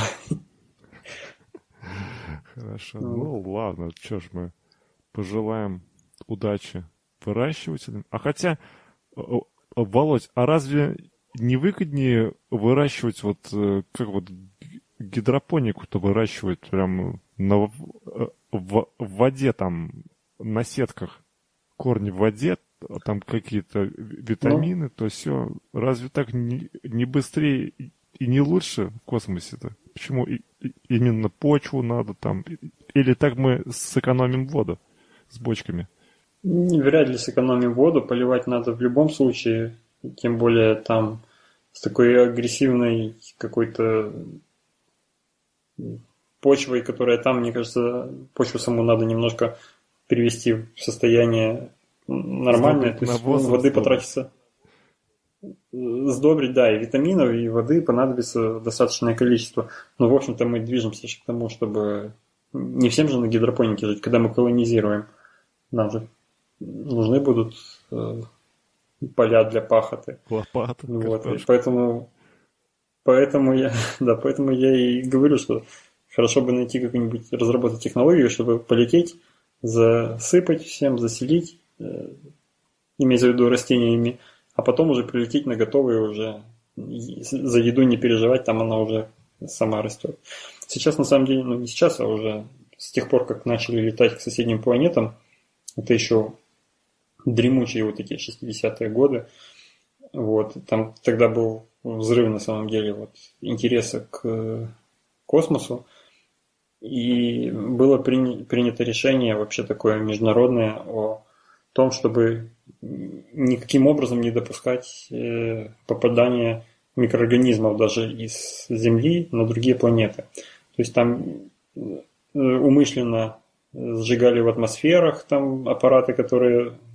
Хорошо. Ну, ладно, что ж мы пожелаем удачи выращивателям. А хотя, Володь, а разве не выгоднее выращивать вот, как вот гидропонику-то выращивать прям на, в, в воде там, на сетках, корни в воде, там какие-то витамины, ну, то все. Разве так не, не быстрее и не лучше в космосе-то? Почему и, и, именно почву надо там? Или так мы сэкономим воду с бочками? Вряд ли сэкономим воду. Поливать надо в любом случае. Тем более там с такой агрессивной какой-то почвой, которая там, мне кажется, почву саму надо немножко перевести в состояние нормальное. То есть воды потратится. Сдобрить, да, и витаминов, и воды понадобится достаточное количество. Но, в общем-то, мы движемся к тому, чтобы... Не всем же на гидропонике жить. Когда мы колонизируем, нам же нужны будут э, поля для пахоты. Лопата. Вот. И поэтому, поэтому, я, да, поэтому я и говорю, что хорошо бы найти какую-нибудь, разработать технологию, чтобы полететь, засыпать всем, заселить, э, имеется в виду растениями, а потом уже прилететь на готовые уже, за еду не переживать, там она уже сама растет. Сейчас, на самом деле, ну не сейчас, а уже с тех пор, как начали летать к соседним планетам, это еще дремучие вот такие шестидесятые годы, вот, там тогда был взрыв, на самом деле, вот, интереса к космосу, и было приня- принято решение вообще такое международное о том, чтобы никаким образом не допускать э, попадания микроорганизмов даже из Земли на другие планеты. То есть там э, умышленно сжигали в атмосферах там аппараты, которые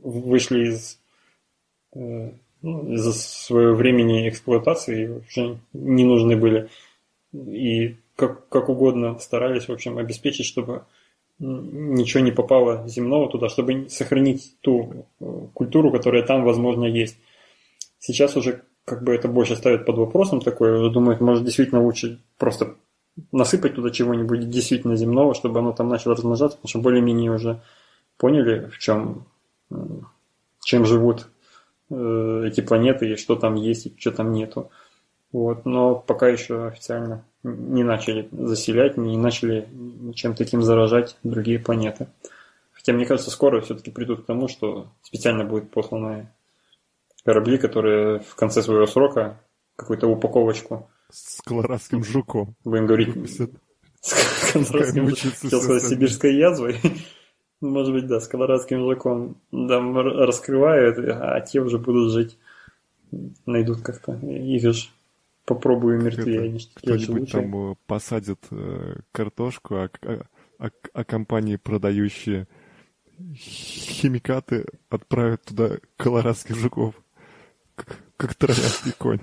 вышли из, э, ну, из-за своего времени эксплуатации, уже не нужны были. И как, как угодно старались, в общем, обеспечить, чтобы ничего не попало земного туда, чтобы сохранить ту культуру, которая там, возможно, есть. Сейчас уже как бы это больше ставит под вопросом такое, уже думают, может, действительно лучше просто насыпать туда чего-нибудь действительно земного, чтобы оно там начало размножаться, потому что более-менее уже поняли, в чем, чем живут э, эти планеты и что там есть и что там нету. Вот. Но пока еще официально не начали заселять, не начали ничем таким заражать другие планеты. Хотя, мне кажется, скоро все-таки придут к тому, что специально будут посланы корабли, которые в конце своего срока какую-то упаковочку с колорадским жуком. Будем говорить с колорадским жуком, с сибирской язвой. Может быть, да, с колорадским жуком. Да, раскрывают, а те уже будут жить. Найдут как-то. Их же попробую мертвее. Кто-нибудь там посадит э, картошку, а, а, а компании, продающие химикаты, отправят туда колорадских жуков. Как, как троянский конь.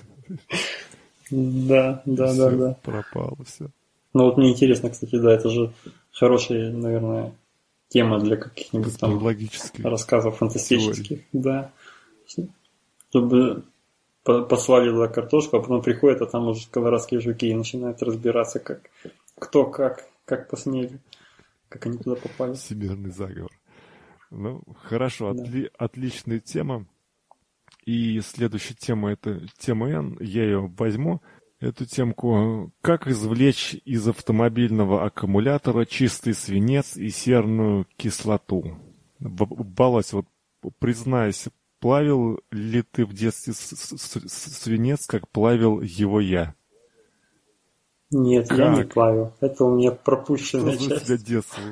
Да, да, все, да, да. Пропало все. Ну вот мне интересно, кстати, да, это же хорошая, наверное, тема для каких-нибудь там рассказов фантастических. Теории. Да. Чтобы послали туда картошку, а потом приходят, а там уже колорадские жуки и начинают разбираться, как кто как, как посмели, как они туда попали. Всемирный заговор. Ну, хорошо, да. отли, отличная тема. И следующая тема — это тема N. Я ее возьму. Эту темку. Как извлечь из автомобильного аккумулятора чистый свинец и серную кислоту? Балась, вот признайся, плавил ли ты в детстве свинец, как плавил его я? Нет, как? Я не плавил. Это у меня пропущенная часть. Что за у тебя детство?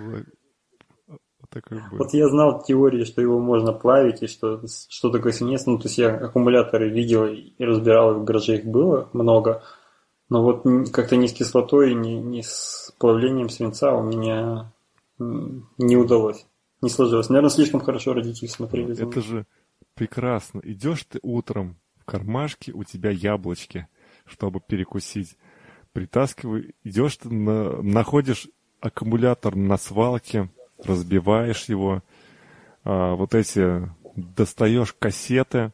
Вот я знал теории, что его можно плавить, и что, что такое свинец. Ну, то есть я аккумуляторы видел и разбирал, в гараже их было много. Но вот как-то ни с кислотой, ни, ни с плавлением свинца у меня не удалось. Не сложилось. Наверное, слишком хорошо родители смотрели. Это же прекрасно. Идешь ты утром, в кармашке у тебя яблочки, чтобы перекусить. Притаскивай, идешь ты, на, находишь аккумулятор на свалке, разбиваешь его, а, вот эти, достаешь кассеты,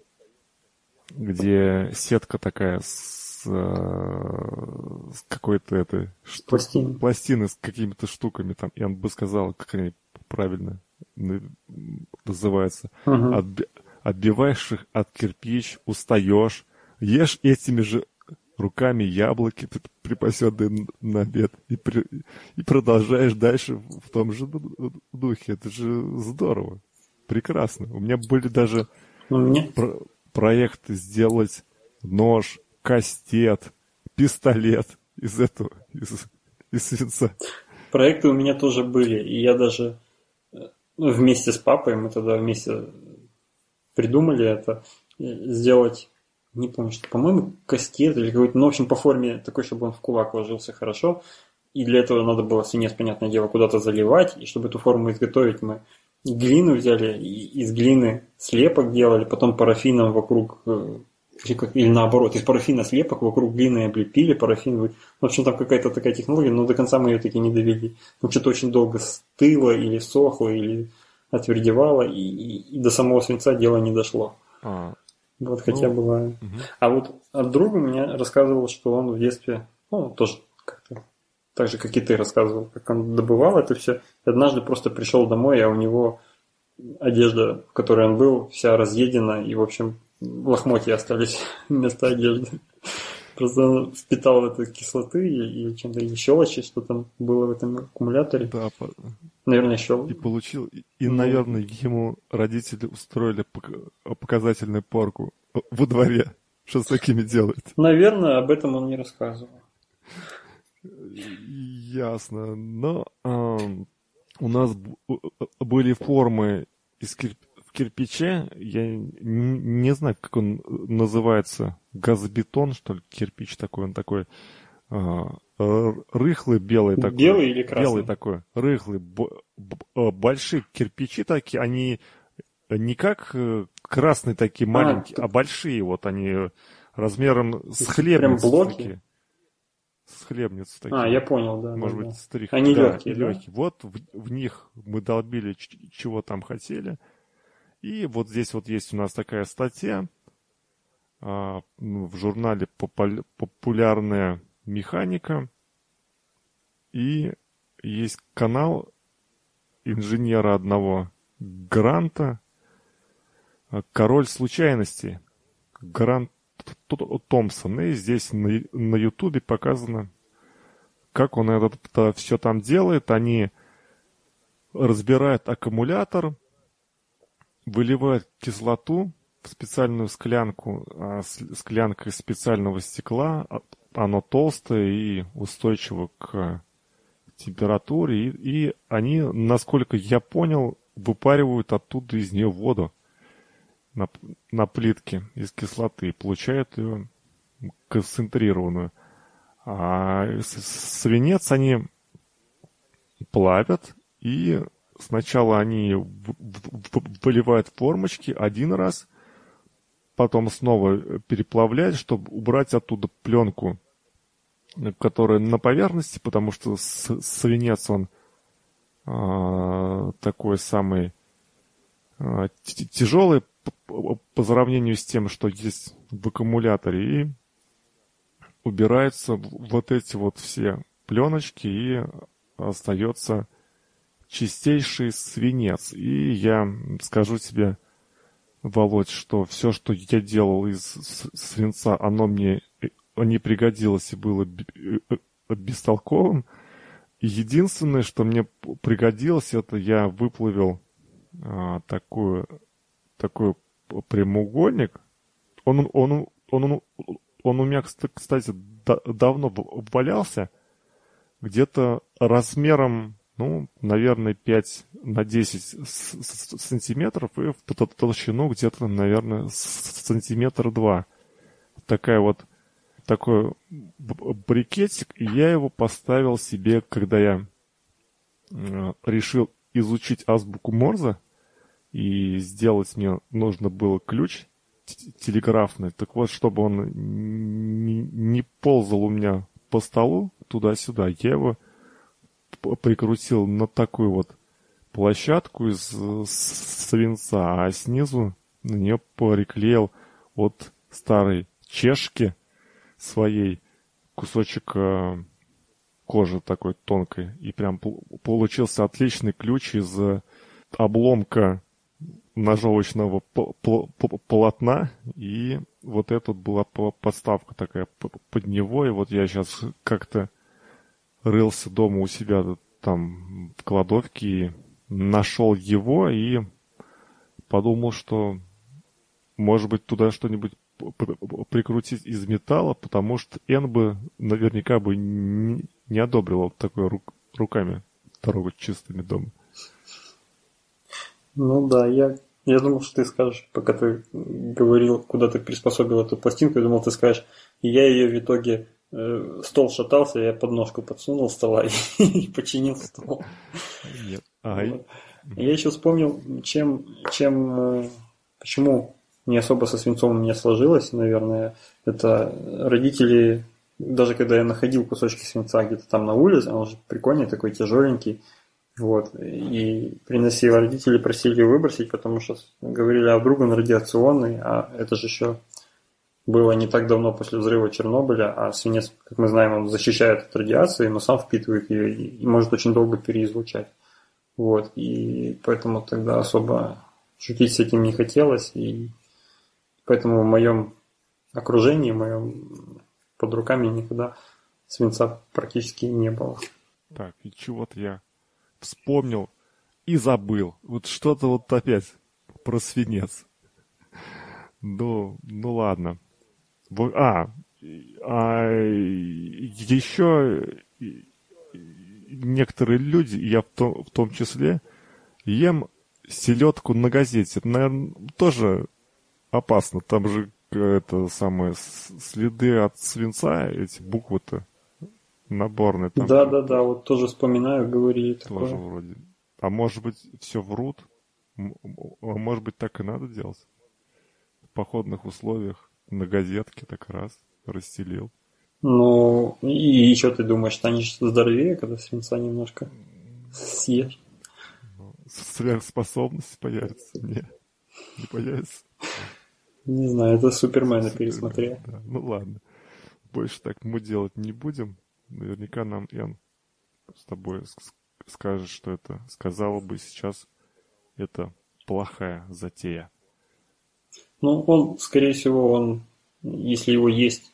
где сетка такая с, а, с какой-то этой шту... пластины. пластины с какими-то штуками там, я бы сказал, как они правильно называются. Угу. Отби... Отбиваешь их от кирпич, устаешь, ешь этими же руками яблоки, припасенные на обед, и, при, и продолжаешь дальше в том же духе. Это же здорово, прекрасно. У меня были даже меня... про- проекты сделать нож, кастет, пистолет из этого, из, из свинца. Проекты у меня тоже были, и я даже ну, вместе с папой, мы тогда вместе придумали это, сделать... Не помню, что, по-моему, кастет или какой-то, ну, в общем, по форме такой, чтобы он в кулак ложился хорошо. И для этого надо было свинец, понятное дело, куда-то заливать. И чтобы эту форму изготовить, мы глину взяли, и из глины слепок делали, потом парафином вокруг, или наоборот, из парафина слепок вокруг глины облепили, парафин. В общем, там какая-то такая технология, но до конца мы ее таки не довели. Ну, что-то очень долго стыло, или сохло, или отвердевало, и, и, и до самого свинца дело не дошло. А. Вот, хотя ну, бывает. Угу. А вот от друга мне рассказывал, что он в детстве, ну, тоже как-то так же, как и ты рассказывал, как он добывал это все. И однажды просто пришел домой, а у него одежда, в которой он был, вся разъедена, и, в общем, лохмотья остались вместо одежды. Просто он впитал в это кислоты и, и чем-то, и щелочи, что там было в этом аккумуляторе. Да, наверное, щелочи. И получил, и, и ну, наверное, ему родители устроили показательную порку во дворе. Что с такими делают? Наверное, об этом он не рассказывал. Ясно. Но а, у нас были формы из кирпича. В кирпиче, я не знаю, как он называется, газобетон, что ли, кирпич такой, он такой а, рыхлый, белый такой. Белый или красный? Белый такой, рыхлый, б- б- большие кирпичи такие, они не как э, красные такие маленькие, а, а большие, вот они размером с хлебницу. Прям блоки? Такие. С хлебницу такие. А, я понял, да. Может да, быть, да. старик. Они да, легкие, и да? легкие. Вот в, в них мы долбили, ч- чего там хотели. И вот здесь вот есть у нас такая статья а, в журнале «Популярная механика». И есть канал инженера одного Гранта «Король случайностей». Грант Томпсон. И здесь на, на Ютубе показано, как он это, это все там делает. Они разбирают аккумулятор, выливают кислоту в специальную склянку, а склянка из специального стекла. Оно толстое и устойчиво к температуре. И, и они, насколько я понял, выпаривают оттуда из нее воду на, на плитке из кислоты и получают ее концентрированную. А свинец они плавят, и сначала они выливают в формочки один раз, потом снова переплавляют, чтобы убрать оттуда пленку, которая на поверхности, потому что свинец, он а, такой самый а, тяжелый по, по сравнению с тем, что есть в аккумуляторе, и убираются вот эти вот все пленочки, и остается чистейший свинец. И я скажу тебе, Володь, что все, что я делал из свинца, оно мне не пригодилось и было бестолковым. И единственное, что мне пригодилось, это я выплавил а, такую, такой прямоугольник. Он, он, он, он, он у меня, кстати, давно валялся, где-то размером, ну, наверное, пять на десять сантиметров, и в толщину где-то, наверное, сантиметра два. Такая вот, такой брикетик, и я его поставил себе, когда я э, решил изучить азбуку Морзе, и сделать мне нужно было ключ телеграфный. Так вот, чтобы он не, не ползал у меня по столу туда-сюда, я его прикрутил на такую вот площадку из свинца, а снизу на нее приклеил от старой чешки своей кусочек э, кожи такой тонкой. И прям получился отличный ключ из обломка ножовочного полотна. И вот эта была подставка такая под него. И вот я сейчас как-то рылся дома у себя там в кладовке и нашел его и подумал, что может быть туда что-нибудь прикрутить из металла, потому что Н бы наверняка бы не, не одобрил вот такой рук, руками трогать чистыми дома. Ну да, я, я думал, что ты скажешь, пока ты говорил, куда ты приспособил эту пластинку, я думал, ты скажешь, и я ее в итоге, э, стол шатался, я подножку подсунул стола и, и починил стол. Нет. Ага. Вот. Я еще вспомнил, чем, чем, э, почему не особо со свинцом у меня сложилось, наверное, это родители, даже когда я находил кусочки свинца где-то там на улице, он же прикольный, такой тяжеленький, вот, и приносил, родители просили выбросить, потому что говорили, а вдруг он радиационный, а это же еще было не так давно после взрыва Чернобыля, а свинец, как мы знаем, он защищает от радиации, но сам впитывает ее и может очень долго переизлучать, вот, и поэтому тогда особо шутить с этим не хотелось, и поэтому в моем окружении, в моем под руками никогда свинца практически не было. Так, и чего-то я вспомнил и забыл. Вот что-то вот опять про свинец. Ну, ну ладно. А, а еще некоторые люди, я в том, в том числе, ем селедку на газете. Это, наверное, тоже опасно. Там же это самое следы от свинца, эти буквы-то наборные. Там да, да, да, вот тоже вспоминаю, говорили тоже такое. вроде. А может быть, все врут? Может быть, так и надо делать? В походных условиях, на газетке так раз расстелил. Ну, и еще ты думаешь, станешь здоровее, когда свинца немножко съешь? Ну, сверхспособность появится? Нет, не появится. Не знаю, это Супермена пересмотрел. Да. Ну ладно, больше так мы делать не будем. Наверняка нам Эн с тобой скажет, что это сказала бы сейчас, это плохая затея. Ну, он, скорее всего, он, если его есть,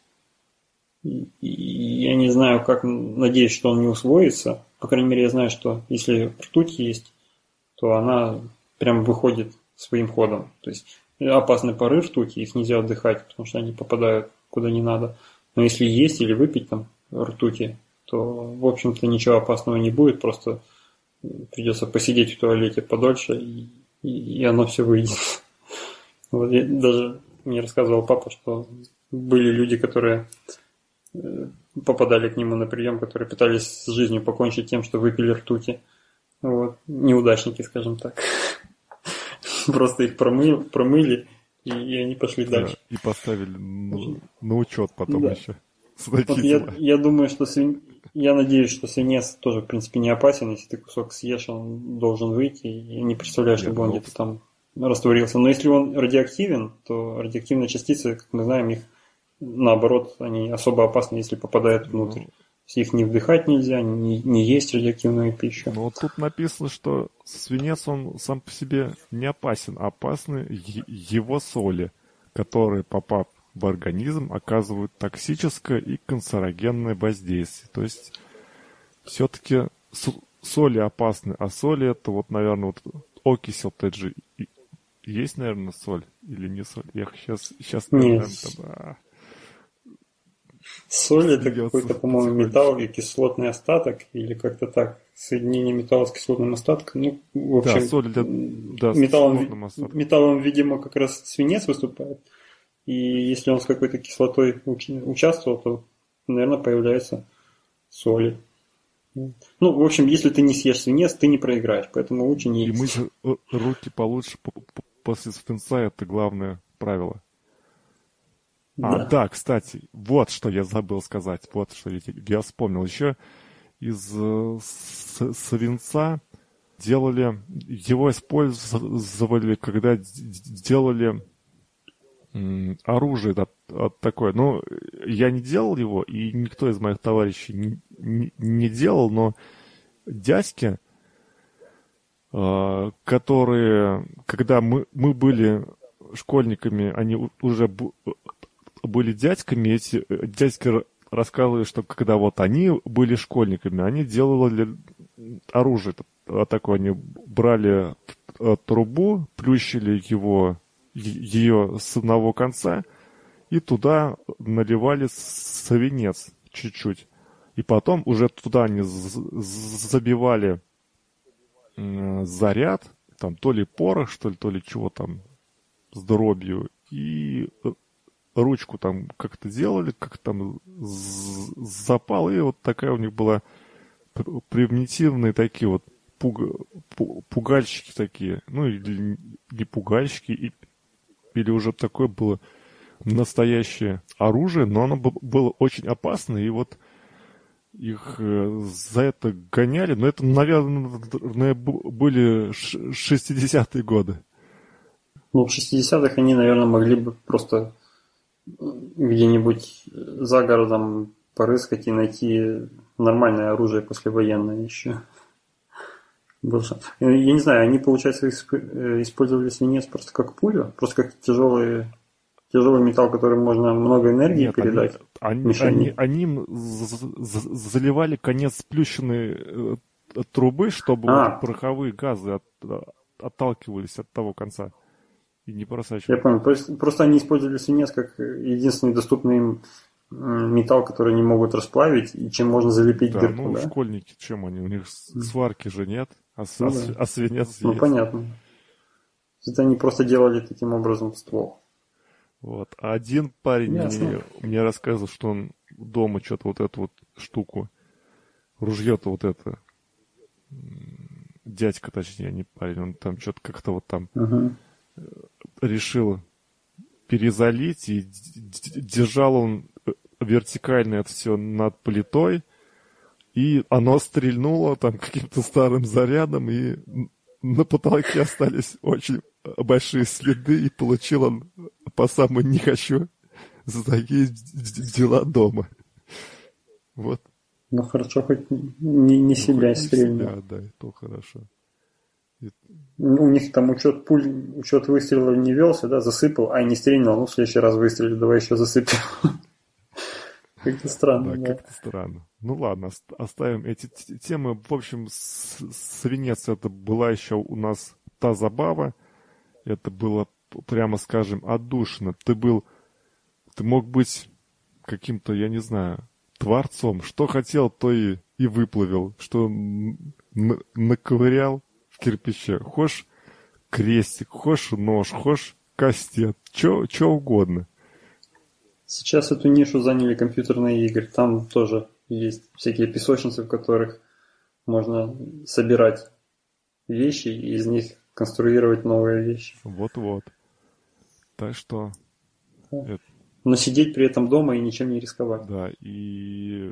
я не знаю, как, надеюсь, что он не усвоится. По крайней мере, я знаю, что если ртуть есть, то она прям выходит своим ходом. То есть опасны пары ртути, их нельзя отдыхать, потому что они попадают куда не надо. Но если есть или выпить там ртути, то, в общем-то, ничего опасного не будет, просто придется посидеть в туалете подольше, и, и, и оно все выйдет. Вот я, даже мне рассказывал папа, что были люди, которые попадали к нему на прием, которые пытались с жизнью покончить тем, что выпили ртути. Вот. Неудачники, скажем так. Просто их промыли, промыли и, и они пошли да, дальше. И поставили на, на учет потом да. еще. Вот я, я думаю, что свин... я надеюсь, что свинец тоже, в принципе, не опасен. Если ты кусок съешь, он должен выйти. Я не представляю, чтобы Нет, он ну... где-то там растворился. Но если он радиоактивен, то радиоактивные частицы, как мы знаем, их наоборот, они особо опасны, если попадают внутрь. Ну, их не вдыхать нельзя, не, не есть радиоактивную пищу. Ну вот тут написано, что свинец, он сам по себе не опасен, а опасны его соли, которые, попав в организм, оказывают токсическое и канцерогенное воздействие. То есть все-таки соли опасны, а соли это вот, наверное, вот окись эл тэ джи. Есть, наверное, соль или не соль? Я сейчас, сейчас наверное, там... А... Соль это какой-то, по-моему, металл и кислотный остаток, или как-то так. Соединение металла с кислотным остатком. Ну, в общем, да, соль для... да, металлом, металлом, видимо, как раз свинец выступает. И если он с какой-то кислотой уч- участвовал, то, наверное, появляются соли. Ну, в общем, если ты не съешь свинец, ты не проиграешь. Поэтому лучше не есть. И мыть руки получше после свинца, это главное правило. А, да. да, кстати, вот что я забыл сказать, вот что я, я вспомнил. Еще из э, с, свинца делали, его использовали, когда делали м, оружие да, такое. Ну, я не делал его, и никто из моих товарищей не, не, не делал, но дядьки, э, которые, когда мы, мы были школьниками, они уже... были дядьками, эти дядьки рассказывали, что когда вот они были школьниками, они делали оружие такое, они брали трубу, плющили его, ее с одного конца и туда наливали свинец чуть-чуть. И потом уже туда они забивали заряд, там то ли порох, что ли, то ли чего там с дробью, и ручку там как-то делали, как там запал, и вот такая у них была примитивные такие вот пуг... пугальщики такие, ну или не пугальщики, и... или уже такое было настоящее оружие, но оно было очень опасно, и вот их за это гоняли, но это, наверное, были шестидесятые годы. Ну, в шестидесятых они, наверное, могли бы просто где-нибудь за городом порыскать и найти нормальное оружие послевоенное еще. Я не знаю, они, получается, использовали свинец просто как пулю, просто как тяжелый, тяжелый металл, которым можно много энергии Нет, передать. Они, они, они, они заливали конец сплющенной трубы, чтобы а. вот пороховые газы от, отталкивались от того конца. И не просачивались. Я понял. Просто, просто они использовали свинец как единственный доступный им металл, который они могут расплавить, и чем можно залепить да, дырку. Ну, да, школьники, чем они? У них сварки же нет, а, ну, а, да. а свинец ну, есть. Ну, понятно. Это они просто делали таким образом ствол. Вот. А один парень мне, мне рассказывал, что он дома что-то вот эту вот штуку, ружье-то вот это дядька, точнее, не парень, он там что-то как-то вот там uh-huh. решил перезалить, и держал он вертикально это все над плитой, и оно стрельнуло там каким-то старым зарядом, и на потолке остались очень большие следы, и получил он по самому не хочу за такие дела дома. Вот. Ну хорошо, хоть не, не себя ну, стрельнул. Себя, да, и то хорошо. И... Ну, у них там учет пуль, учет выстрелов не велся, да, засыпал, а не стрельнул, ну в следующий раз выстрелил, давай еще засыпем. Как-то странно, да. как-то странно. Ну ладно, оставим эти темы. В общем, свинец это была еще у нас та забава. Это было, прямо скажем, отдушно. Ты был, ты мог быть каким-то, я не знаю, творцом. Что хотел, то и, и выплавил. Что н- наковырял в кирпиче. Хошь крестик, хошь нож, хошь кастет. Че угодно. Сейчас эту нишу заняли компьютерные игры. Там тоже есть всякие песочницы, в которых можно собирать вещи и из них конструировать новые вещи. Вот-вот. Так что... Да. Это... Но сидеть при этом дома и ничем не рисковать. Да, и...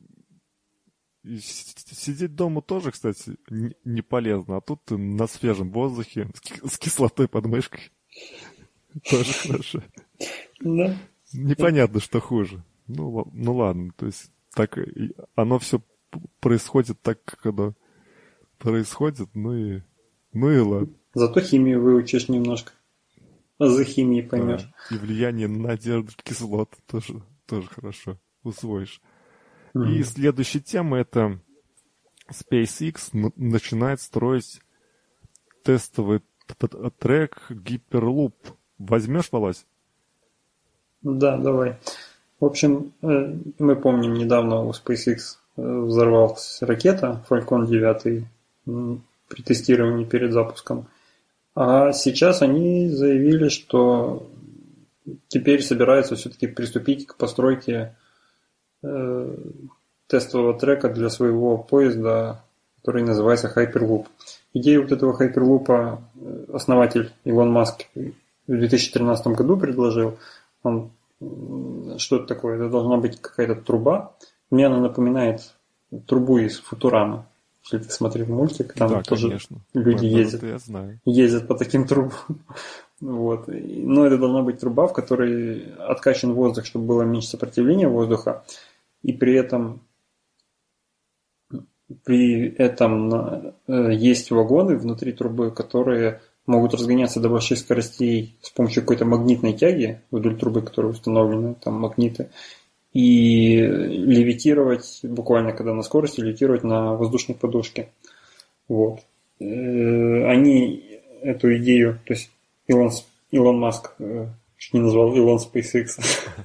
и сидеть дома тоже, кстати, не, не полезно. А тут ты на свежем воздухе с кислотой под мышкой. Тоже хорошо. Да. Непонятно, что хуже. Ну, ну ладно, то есть так оно все происходит так, как оно происходит, ну и, ну и ладно. Зато химию выучишь немножко. За химией поймешь. Да. И влияние на одежду кислот тоже, тоже хорошо усвоишь. Mm-hmm. И следующая тема — это SpaceX начинает строить тестовый трек Hyperloop. Возьмешь, Володь? Да, давай. В общем, мы помним, недавно у SpaceX взорвалась ракета Falcon девять при тестировании перед запуском. А сейчас они заявили, что теперь собираются все-таки приступить к постройке э, тестового трека для своего поезда, который называется Hyperloop. Идею вот этого Hyperloop основатель Илон Маск в две тысячи тринадцатом году предложил. Он, что это такое? Это должна быть какая-то труба. Мне она напоминает трубу из Футурамы. Если ты смотрел мультик, там да, тоже конечно. люди это ездят, я знаю. ездят по таким трубам. Вот. Но это должна быть труба, в которой откачан воздух, чтобы было меньше сопротивления воздуха. И при этом, при этом есть вагоны внутри трубы, которые могут разгоняться до больших скоростей с помощью какой-то магнитной тяги вдоль трубы, которые установлены, там магниты, и левитировать, буквально когда на скорости, левитировать на воздушной подушке. Вот. Они эту идею, то есть Илон, Илон Маск, чуть не назвал Илон SpaceX,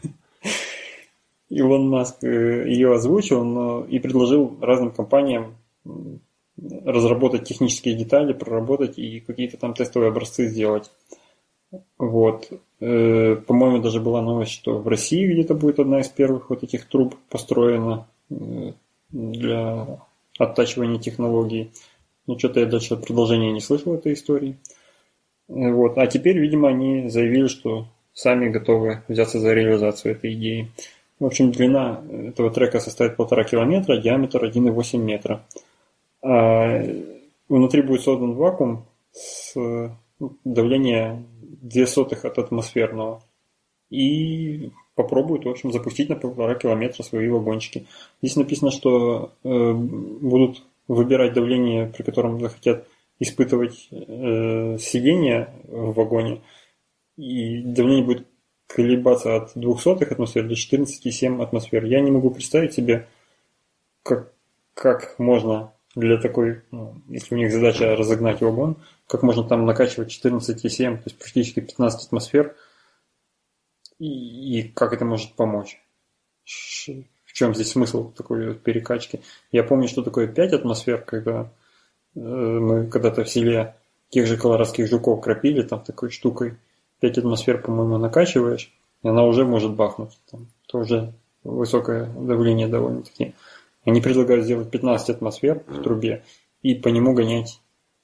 Илон Маск ее озвучил, но и предложил разным компаниям разработать технические детали, проработать и какие-то там тестовые образцы сделать. Вот. По-моему, даже была новость, что в России где-то будет одна из первых вот этих труб построена для оттачивания технологий. Но что-то я дальше продолжения не слышал этой истории. Вот. А теперь, видимо, они заявили, что сами готовы взяться за реализацию этой идеи. В общем, длина этого трека составит полтора километра, диаметр один и восемь метра. А внутри будет создан вакуум с давлением две сотых от атмосферного. И попробуют, в общем, запустить на полтора километра свои вагончики. Здесь написано, что э, будут выбирать давление, при котором захотят испытывать э, сидение в вагоне. И давление будет колебаться от двухсотых атмосфер до четырнадцати целых семи десятых атмосфер. Я не могу представить себе, как, как можно для такой, ну, если у них задача разогнать вагон, как можно там накачивать четырнадцать целых семь десятых, то есть практически пятнадцать атмосфер, и, и как это может помочь. В чем здесь смысл такой перекачки? Я помню, что такое пять атмосфер, когда э, мы когда-то в селе тех же колорадских жуков кропили, там такой штукой пять атмосфер, по-моему, накачиваешь, и она уже может бахнуть. Там, это уже высокое давление довольно-таки. Они предлагают сделать пятнадцать атмосфер в трубе и по нему гонять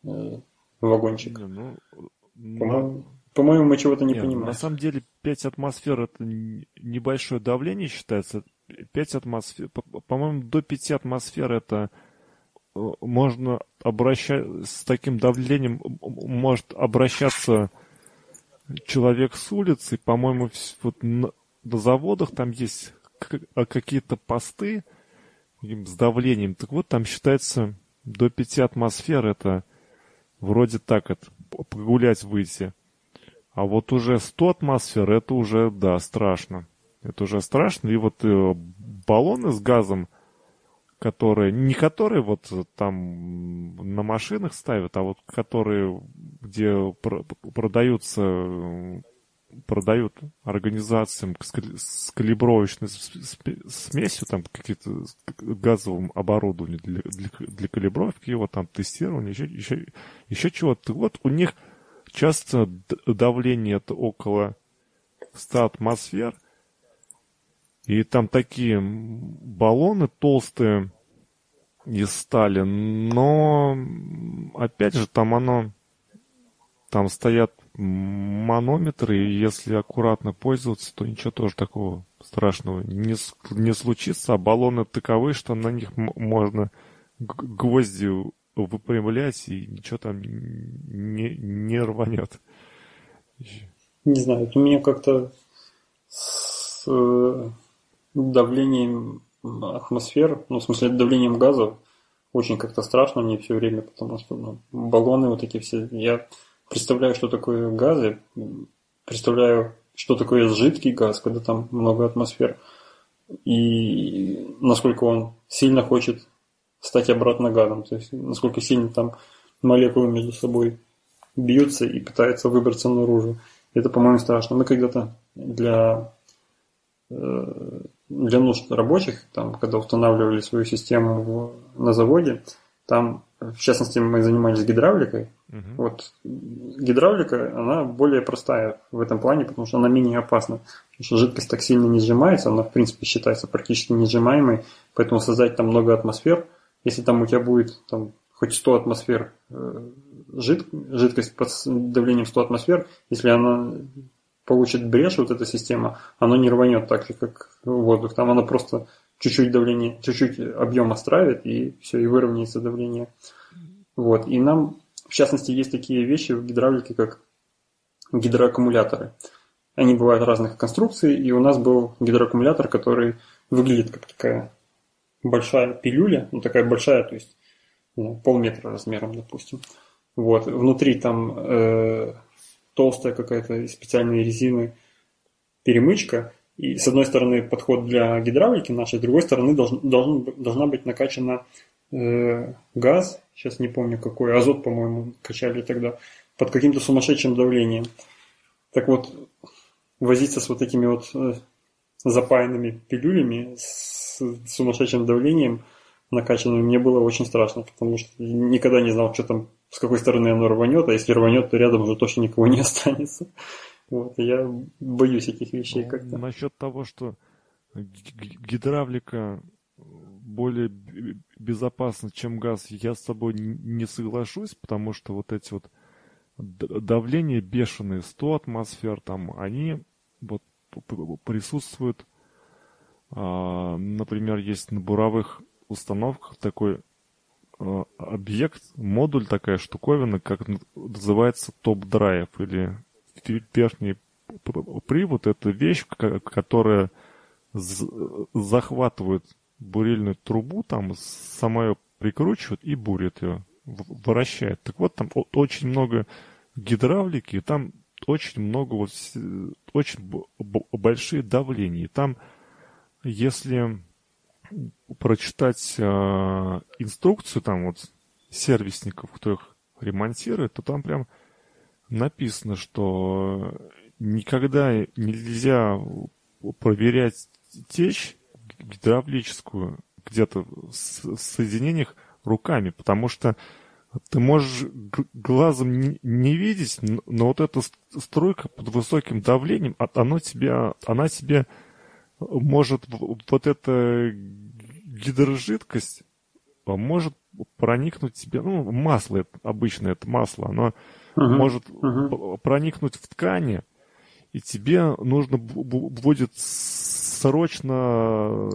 э, вагончик. Не, ну, По-моему, на... по-моему, мы чего-то не не, понимаем. на самом деле пять атмосфер это небольшое давление считается. пять атмосфер, по-моему, до пяти атмосфер это можно обращать с таким давлением, может обращаться человек с улицы. По-моему, вот на, на заводах там есть какие-то посты с давлением. Так вот, там считается до пяти атмосфер это вроде так это погулять выйти. А вот уже сто атмосфер это уже, да, страшно. Это уже страшно. И вот э, баллоны с газом, которые, не которые вот там на машинах ставят, а вот которые, где пр- продаются, продают организациям с, с калибровочной смесью, там какие-то газовым оборудованием для, для, для калибровки, его там тестирования, еще, еще, еще чего-то. Вот у них часто давление это около ста атмосфер. И там такие баллоны толстые из стали, но опять же там оно, там стоят манометры, и если аккуратно пользоваться, то ничего тоже такого страшного не, не случится, а баллоны таковы, что на них м- можно гвозди выпрямлять, и ничего там не, не рванет. Не знаю, у меня как-то с давлением атмосфер, ну, в смысле, давлением газов, очень как-то страшно мне все время, потому что ну, баллоны вот такие все. Я представляю, что такое газы, представляю, что такое жидкий газ, когда там много атмосфер, и насколько он сильно хочет стать обратно газом, то есть насколько сильно там молекулы между собой бьются и пытаются выбраться наружу. Это, по-моему, страшно. Мы когда-то для для нужд рабочих, там, когда устанавливали свою систему в, на заводе, там, в частности, мы занимались гидравликой. Uh-huh. Вот гидравлика, она более простая в этом плане, потому что она менее опасна. Потому что жидкость так сильно не сжимается, она, в принципе, считается практически несжимаемой, поэтому создать там много атмосфер, если там у тебя будет там, хоть сто атмосфер э, жид, жидкость под давлением сто атмосфер, если она получит брешь, вот эта система, она не рванет так же, как воздух. Там она просто чуть-чуть давление, чуть-чуть объем остравит, и все, и выровняется давление. Вот. И нам, в частности, есть такие вещи в гидравлике, как гидроаккумуляторы. Они бывают разных конструкций, и у нас был гидроаккумулятор, который выглядит как такая большая пилюля, ну такая большая, то есть ну, полметра размером, допустим. Вот. Внутри там э, толстая какая-то из специальной резины перемычка, и с одной стороны подход для гидравлики нашей, с другой стороны должен, должен, должна быть накачана э, газ, сейчас не помню какой, азот, по-моему, качали тогда, под каким-то сумасшедшим давлением. Так вот, возиться с вот такими вот э, запаянными пилюлями с сумасшедшим давлением накачанным мне было очень страшно, потому что никогда не знал, что там, с какой стороны оно рванет, а если рванет, то рядом уже точно никого не останется. Вот, и я боюсь этих вещей ну, как-то. Насчет того, что гидравлика более безопасна, чем газ, я с тобой не соглашусь, потому что вот эти вот давления бешеные, сто атмосфер, там, они вот присутствуют, например, есть на буровых установках такой объект, модуль, такая штуковина, как называется топ-драйв или верхний привод. Это вещь, которая захватывает бурильную трубу, там сама ее прикручивает и бурит ее, вращает. Так вот, там очень много гидравлики, там очень много, вот, очень большие давления. И там, если прочитать э, инструкцию там вот сервисников, кто их ремонтирует, то там прям написано, что никогда нельзя проверять течь гидравлическую где-то в соединениях руками, потому что ты можешь глазом не, не видеть, но вот эта струйка под высоким давлением, оно тебя, она тебе может вот эта гидрожидкость может проникнуть тебе, ну, масло это, обычно это масло, оно uh-huh. может uh-huh. проникнуть в ткани, и тебе нужно будет срочно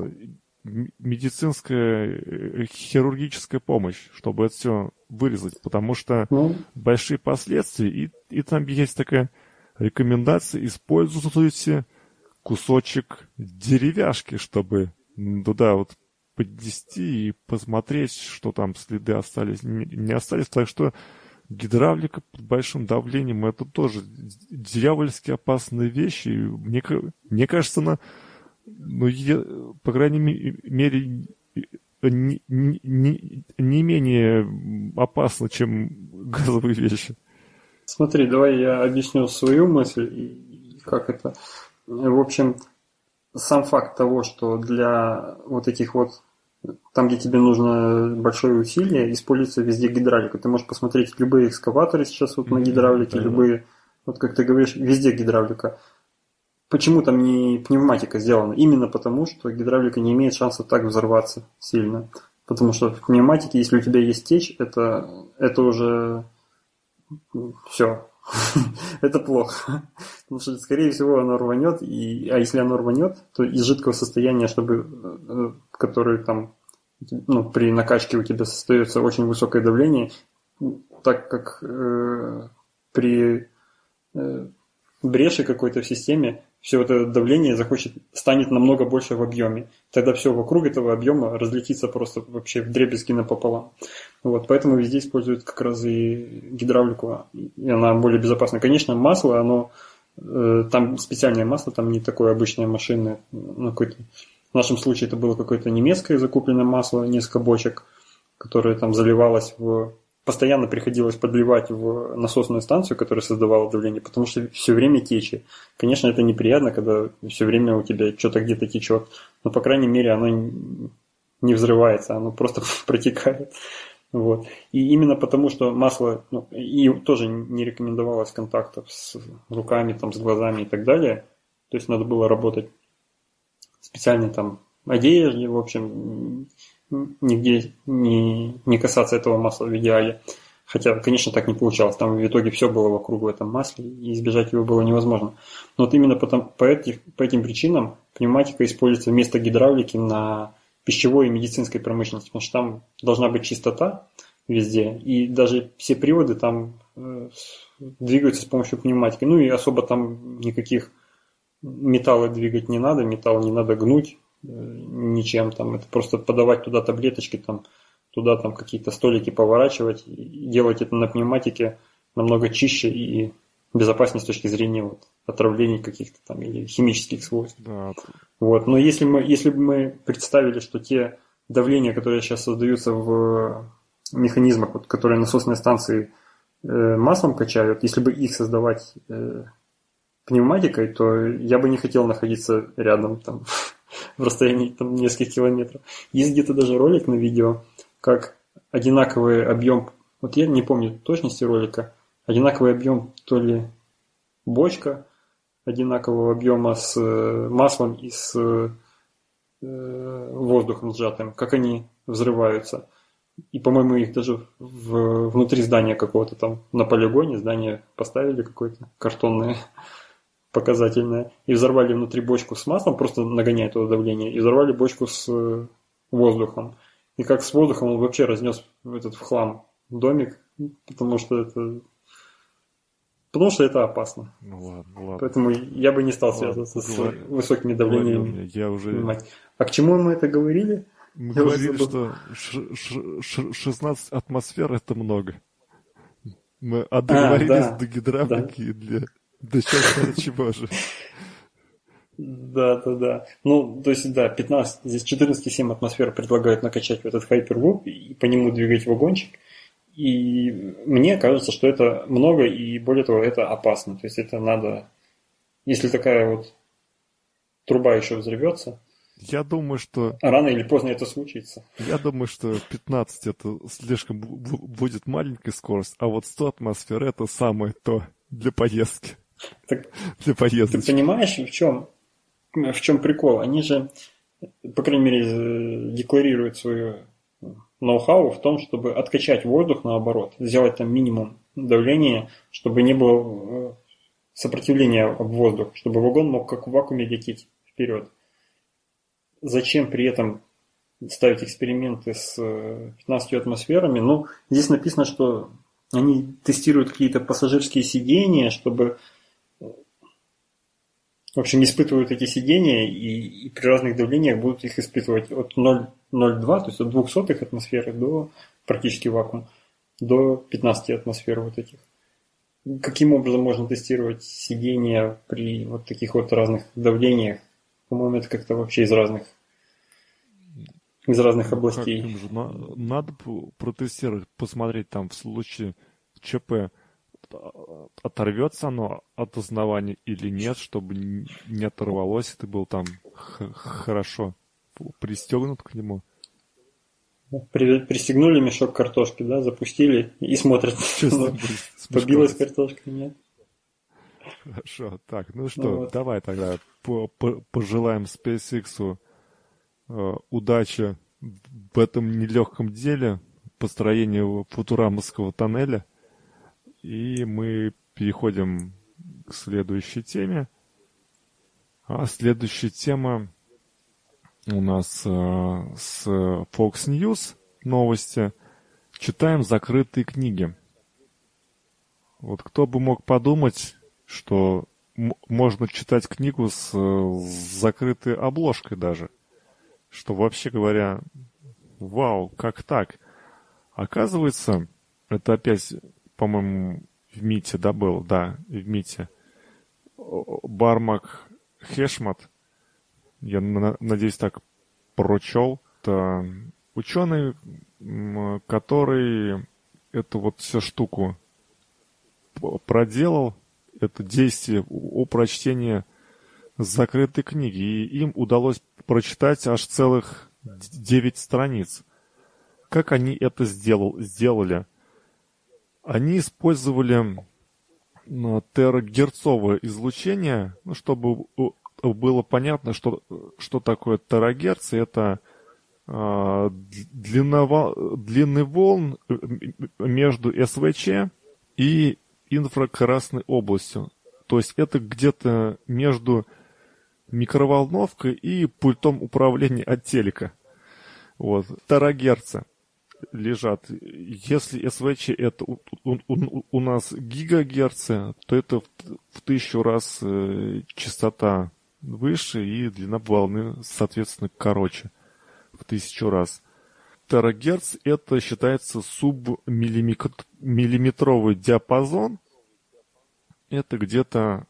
медицинская хирургическая помощь, чтобы это все вырезать, потому что ну. большие последствия, и, и там есть такая рекомендация: используйте кусочек деревяшки, чтобы туда вот поднести и посмотреть, что там следы остались, не остались. Так что гидравлика под большим давлением — это тоже дьявольски опасные вещи. И мне, мне кажется, она, ну, я, по крайней мере, не, не, не менее опасна, чем газовые вещи. Смотри, давай я объясню свою мысль и как это. В общем, сам факт того, что для вот этих вот, там, где тебе нужно большое усилие, используется везде гидравлика. Ты можешь посмотреть любые экскаваторы сейчас вот mm-hmm, на гидравлике, да, любые, да. Вот как ты говоришь, везде гидравлика. Почему там не пневматика сделана? Именно потому, что гидравлика не имеет шанса так взорваться сильно. Потому что в пневматике, если у тебя есть течь, это, это уже все. Это плохо. Потому что, скорее всего, оно рванет. И, а если оно рванет, то из жидкого состояния, чтобы, которое там, ну, при накачке у тебя остается очень высокое давление, так как э, при э, бреши какой-то в системе все это давление захочет, станет намного больше в объеме. Тогда все вокруг этого объема разлетится просто вообще вдребезги напополам. Вот, поэтому везде используют как раз и гидравлику, и она более безопасна. Конечно, масло, оно, э, там специальное масло, там не такое обычное машинное. Ну, какое-то, в нашем случае это было какое-то немецкое закупленное масло, несколько бочек, которое там заливалось в... Постоянно приходилось подливать в насосную станцию, которая создавала давление, потому что все время течи. Конечно, это неприятно, когда все время у тебя что-то где-то течет, но, по крайней мере, оно не взрывается, оно просто протекает. Вот. И именно потому, что масло, ну, и тоже не рекомендовалось контактов с руками, там, с глазами и так далее. То есть надо было работать в специальной там одежде, в общем, нигде не, не касаться этого масла в идеале. Хотя, конечно, так не получалось. Там в итоге все было вокруг в этом масле, и избежать его было невозможно. Но вот именно потом, по, этих, по этим причинам пневматика используется вместо гидравлики на пищевой и медицинской промышленности, потому что там должна быть чистота везде, и даже все приводы там э, двигаются с помощью пневматики. Ну и особо там никаких металла двигать не надо, металл не надо гнуть э, ничем, там это просто подавать туда таблеточки, там, туда там какие-то столики поворачивать, и делать это на пневматике намного чище и безопаснее с точки зрения вот, отравлений каких-то там или химических свойств. Да. Вот. Но если мы, если бы мы представили, что те давления, которые сейчас создаются в механизмах, вот, которые насосные станции э, маслом качают, если бы их создавать э, пневматикой, то я бы не хотел находиться рядом там, в расстоянии там, нескольких километров. Есть где-то даже ролик на видео, как одинаковый объем, вот я не помню точности ролика, одинаковый объем то ли бочка одинакового объема с маслом и с э, воздухом сжатым, как они взрываются. И, по-моему, их даже в, внутри здания какого-то там на полигоне, здание поставили какое-то картонное, показательное, и взорвали внутри бочку с маслом, просто нагоняя туда давление, и взорвали бочку с воздухом. И как с воздухом он вообще разнес этот в хлам домик, потому что это... Потому что это опасно. Ну ладно, ладно. Поэтому я бы не стал связываться ладно, с говори, высокими давлениями. Я уже... А к чему мы это говорили? Мы я говорили, что шестнадцать атмосфер это много. Мы договорились а, да, до гидравлики да. для... До сейчас чего же. Да, да, да. Ну, то есть, да, пятнадцать, здесь четырнадцать целых семь десятых атмосфер предлагают накачать в этот Hyperloop и по нему двигать вагончик. И мне кажется, что это много, и более того, это опасно. То есть это надо, если такая вот труба еще взорвется, я думаю, что рано или поздно это случится. Я думаю, что пятнадцать это слишком будет маленькая скорость, а вот сто атмосфер это самое то для поездки. Так, для поездки. Ты понимаешь, в чем, в чем прикол? Они же, по крайней мере, декларируют свою ноу-хау в том, чтобы откачать воздух наоборот, сделать там минимум давления, чтобы не было сопротивления об воздух, чтобы вагон мог как в вакууме лететь вперед. Зачем при этом ставить эксперименты с пятнадцатью атмосферами? Ну, здесь написано, что они тестируют какие-то пассажирские сидения, чтобы, в общем, испытывают эти сидения, и, и при разных давлениях будут их испытывать от ноль целых ноль два, то есть от двухсотых атмосферы до практически вакуум, до пятнадцати атмосфер вот этих. Каким образом можно тестировать сидения при вот таких вот разных давлениях? По-моему, это как-то вообще из разных из разных областей. Как, же, надо протестировать, посмотреть там в случае ЧП, оторвется оно от основания или нет, чтобы не оторвалось, и ты был там х- хорошо пристегнут к нему. При, пристегнули мешок картошки, да, запустили и смотрят, побилась картошка, нет. Хорошо, так, ну что, вот. Давай тогда пожелаем SpaceX э, удачи в этом нелегком деле, построению футурамовского тоннеля, и мы переходим к следующей теме. А следующая тема у нас э, с Fox News новости. Читаем закрытые книги. Вот кто бы мог подумать, что м- можно читать книгу с, с закрытой обложкой даже. Что, вообще говоря, вау, как так? Оказывается, это опять, по-моему, в МИТе, да, был? Да, в МИТе. Бармак Хешмат, я на- надеюсь, так прочел. Это ученый, который эту вот всю штуку проделал, это действие о прочтении закрытой книги, и им удалось прочитать аж целых девять страниц. Как они это сделал, сделали? Они использовали ну, терагерцовое излучение, ну, чтобы было понятно, что, что такое терагерц. Это э, длинново, длинный волн между СВЧ и инфракрасной областью. То есть это где-то между микроволновкой и пультом управления от телека. Вот. Терагерцы лежат. Если СВЧ это у, у, у, у нас гигагерцы, то это в, в тысячу раз э, частота выше и длина волны, соответственно, короче в тысячу раз. Терагерц это считается субмиллиметровый диапазон. Это где-то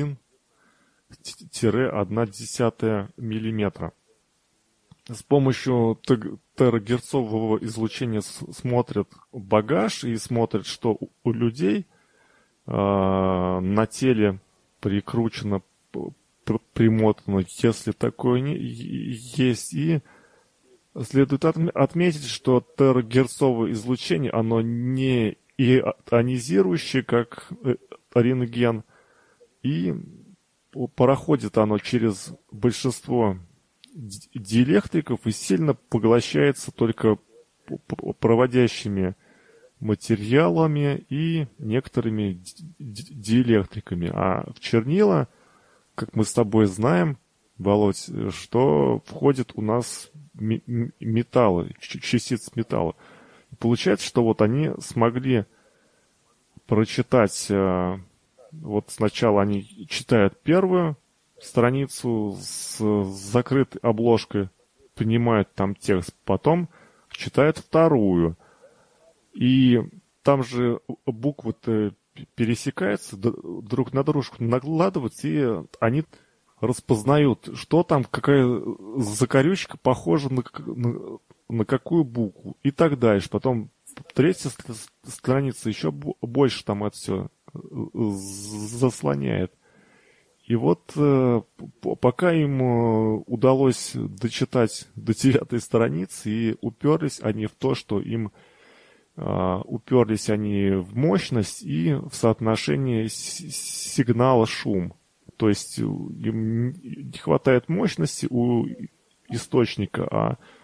один-одна десятая миллиметра. С помощью терагерцового излучения смотрят багаж и смотрят, что у людей э, на теле прикручено, примотано, если такое не, есть. И следует отметить, что терагерцовое излучение, оно не ионизирующее, как рентген, и проходит оно через большинство диэлектриков и сильно поглощается только проводящими материалами и некоторыми диэлектриками. А в чернила, как мы с тобой знаем, Володь, что входит у нас металлы, частицы металла. Получается, что вот они смогли прочитать, вот сначала они читают первую страницу с закрытой обложкой, понимают там текст, потом читают вторую. И там же буквы-то пересекаются, друг на дружку накладываются, и они распознают, что там, какая закорючка похожа на, на, на какую букву и так дальше. Потом третья страница еще больше там это все заслоняет. И вот э, пока им э, удалось дочитать до девятой страницы, и уперлись они в то, что им э, уперлись они в мощность и в соотношение сигнала-шум. То есть им не хватает мощности у источника, а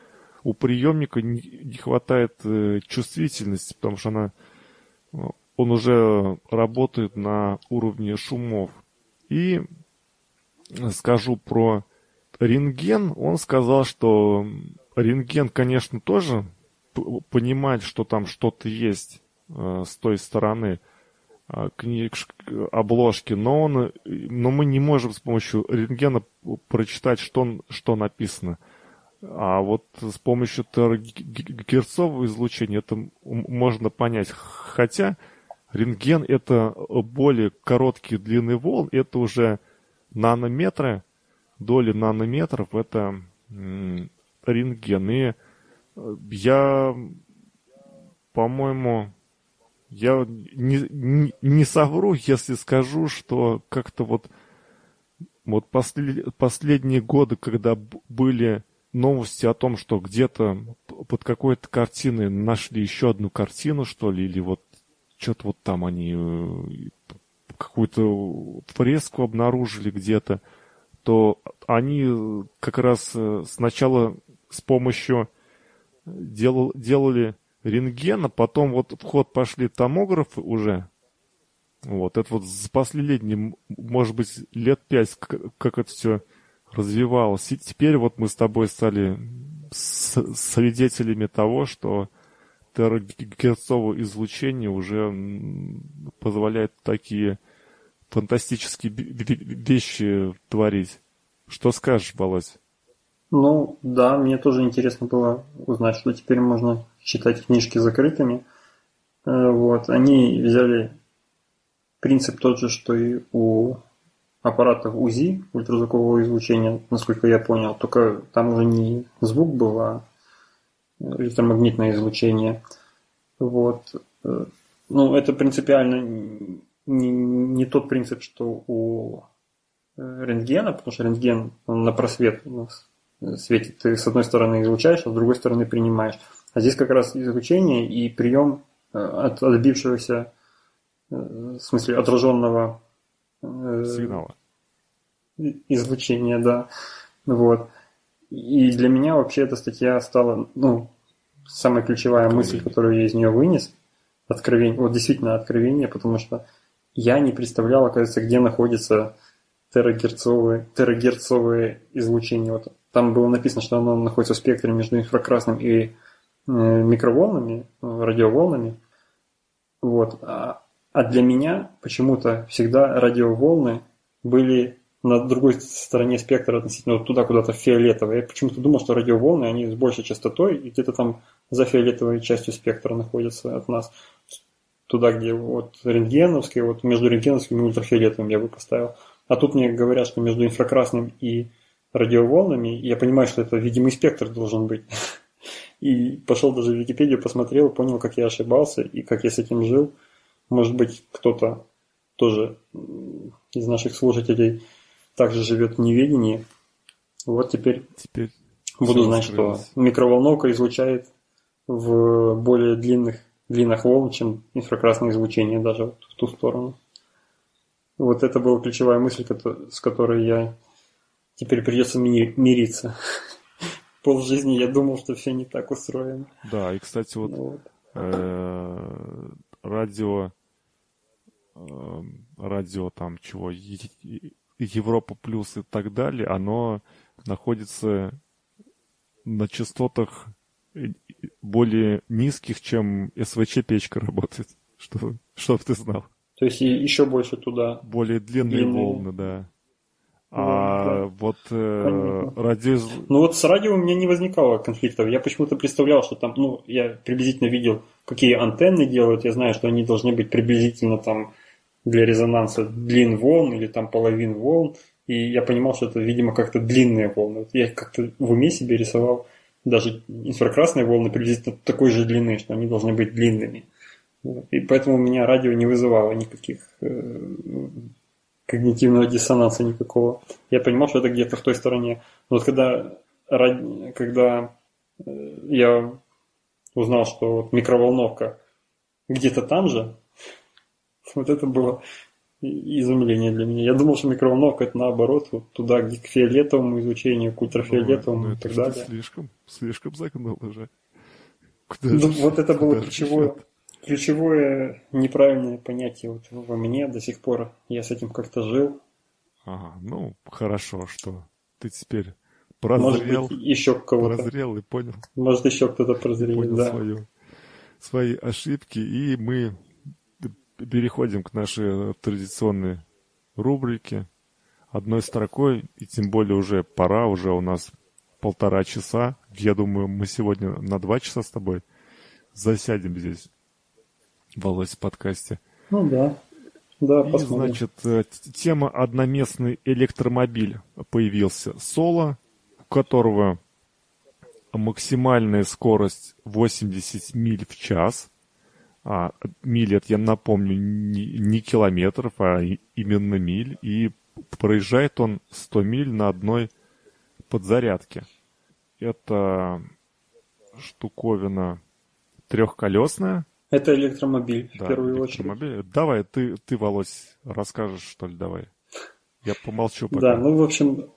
у приемника не, не хватает э, чувствительности, потому что она, он уже работает на уровне шумов. И скажу про рентген. Он сказал, что рентген, конечно, тоже понимает, что там что-то есть э, с той стороны э, книг, обложки, но, он, но мы не можем с помощью рентгена прочитать, что, что написано. А вот с помощью терагерцового излучения это можно понять. Хотя рентген — это более короткие длины волн, это уже нанометры, доли нанометров — это м, рентген. И я, по-моему, я не, не, не совру, если скажу, что как-то вот, вот послед, последние годы, когда были новости о том, что где-то под какой-то картиной нашли еще одну картину, что ли, или вот что-то вот там они какую-то фреску обнаружили где-то, то они как раз сначала с помощью делал, делали рентген, а потом вот в ход пошли томографы уже. Вот, это вот за последние, может быть, лет пять, как, как это все развивалось. И теперь вот мы с тобой стали свидетелями того, что терагерцовое излучение уже позволяет такие фантастические вещи творить. Что скажешь, Володь? Ну, да, мне тоже интересно было узнать, что теперь можно читать книжки закрытыми. Вот, они взяли принцип тот же, что и у аппаратов УЗИ, ультразвукового излучения, насколько я понял, только там уже не звук был, а электромагнитное излучение. Вот. Ну, это принципиально не, не тот принцип, что у рентгена, потому что рентген он на просвет у нас светит. Ты с одной стороны излучаешь, а с другой стороны принимаешь. А здесь как раз излучение и прием от отбившегося, в смысле отраженного сигнала. Излучения, да. Вот. И для меня вообще эта статья стала, ну, самая ключевая откровение. Мысль, которую я из нее вынес. Откровение. Вот действительно откровение, потому что я не представлял, оказывается, где находится терагерцовое, терагерцовое излучение. Вот там было написано, что оно находится в спектре между инфракрасным и э, микроволнами, радиоволнами. Вот. А, а для меня почему-то всегда радиоволны были на другой стороне спектра относительно вот туда куда-то фиолетовые. Я почему-то думал, что радиоволны, они с большей частотой и где-то там за фиолетовой частью спектра находятся от нас. Туда, где вот рентгеновские, вот между рентгеновским и ультрафиолетовым я бы поставил. А тут мне говорят, что между инфракрасным и радиоволнами, и я понимаю, что это видимый спектр должен быть. И пошел даже в Википедию, посмотрел, понял, как я ошибался и как я с этим жил. Может быть, кто-то тоже из наших слушателей также живет в неведении. Вот теперь, теперь буду знать, что микроволновка излучает в более длинных длинных волн, чем инфракрасное излучение даже вот в ту сторону. Вот это была ключевая мысль, с которой я теперь придется мириться. Пол жизни я думал, что все не так устроено. Да, и, кстати, вот, вот. Э, радио, э, радио там чего, Европа плюс и так далее, оно находится на частотах более низких, чем СВЧ-печка работает. Что, чтоб ты знал. То есть еще больше туда. Более длинные, длинные волны, да. А да. вот э, радио... Ну вот с радио у меня не возникало конфликтов. Я почему-то представлял, что там, ну, я приблизительно видел, какие антенны делают. Я знаю, что они должны быть приблизительно там для резонанса длин волн или там половин волн. И я понимал, что это, видимо, как-то длинные волны. Вот я как-то в уме себе рисовал даже инфракрасные волны приблизительно такой же длины, что они должны быть длинными. И поэтому у меня радио не вызывало никаких э, когнитивного диссонанса никакого. Я понимал, что это где-то в той стороне. Но вот когда, когда э, я узнал, что вот микроволновка где-то там же, вот это было изумление для меня. Я думал, что микроволновка это наоборот, вот туда, где к фиолетовому излучению, к ультрафиолетовому ну, ну, и так это далее. Слишком, слишком загнул уже. Куда ну, же, вот это было ключевое, ключевое неправильное понятие вот во мне до сих пор. Я с этим как-то жил. Ага, ну, хорошо, что ты теперь прозрел, может быть, еще кого-то. прозрел и понял. Может, еще кто-то прозрел, понял да. свою, свои ошибки, и мы переходим к нашей традиционной рубрике одной строкой, и тем более уже пора, уже у нас полтора часа. Я думаю, мы сегодня на два часа с тобой засядем здесь, Володь, в подкасте. Ну да. Да, и, посмотрим. значит, тема «Одноместный электромобиль» появился. Соло, у которого максимальная скорость восемьдесят миль в час. А, миль, это я напомню, не, не километров, а именно миль. И проезжает он сто миль на одной подзарядке. Это штуковина трехколесная. Это электромобиль, да, в первую электромобиль. очередь. Давай, ты, ты, Володь, расскажешь, что ли, давай. Я помолчу пока. Да, ну, в общем,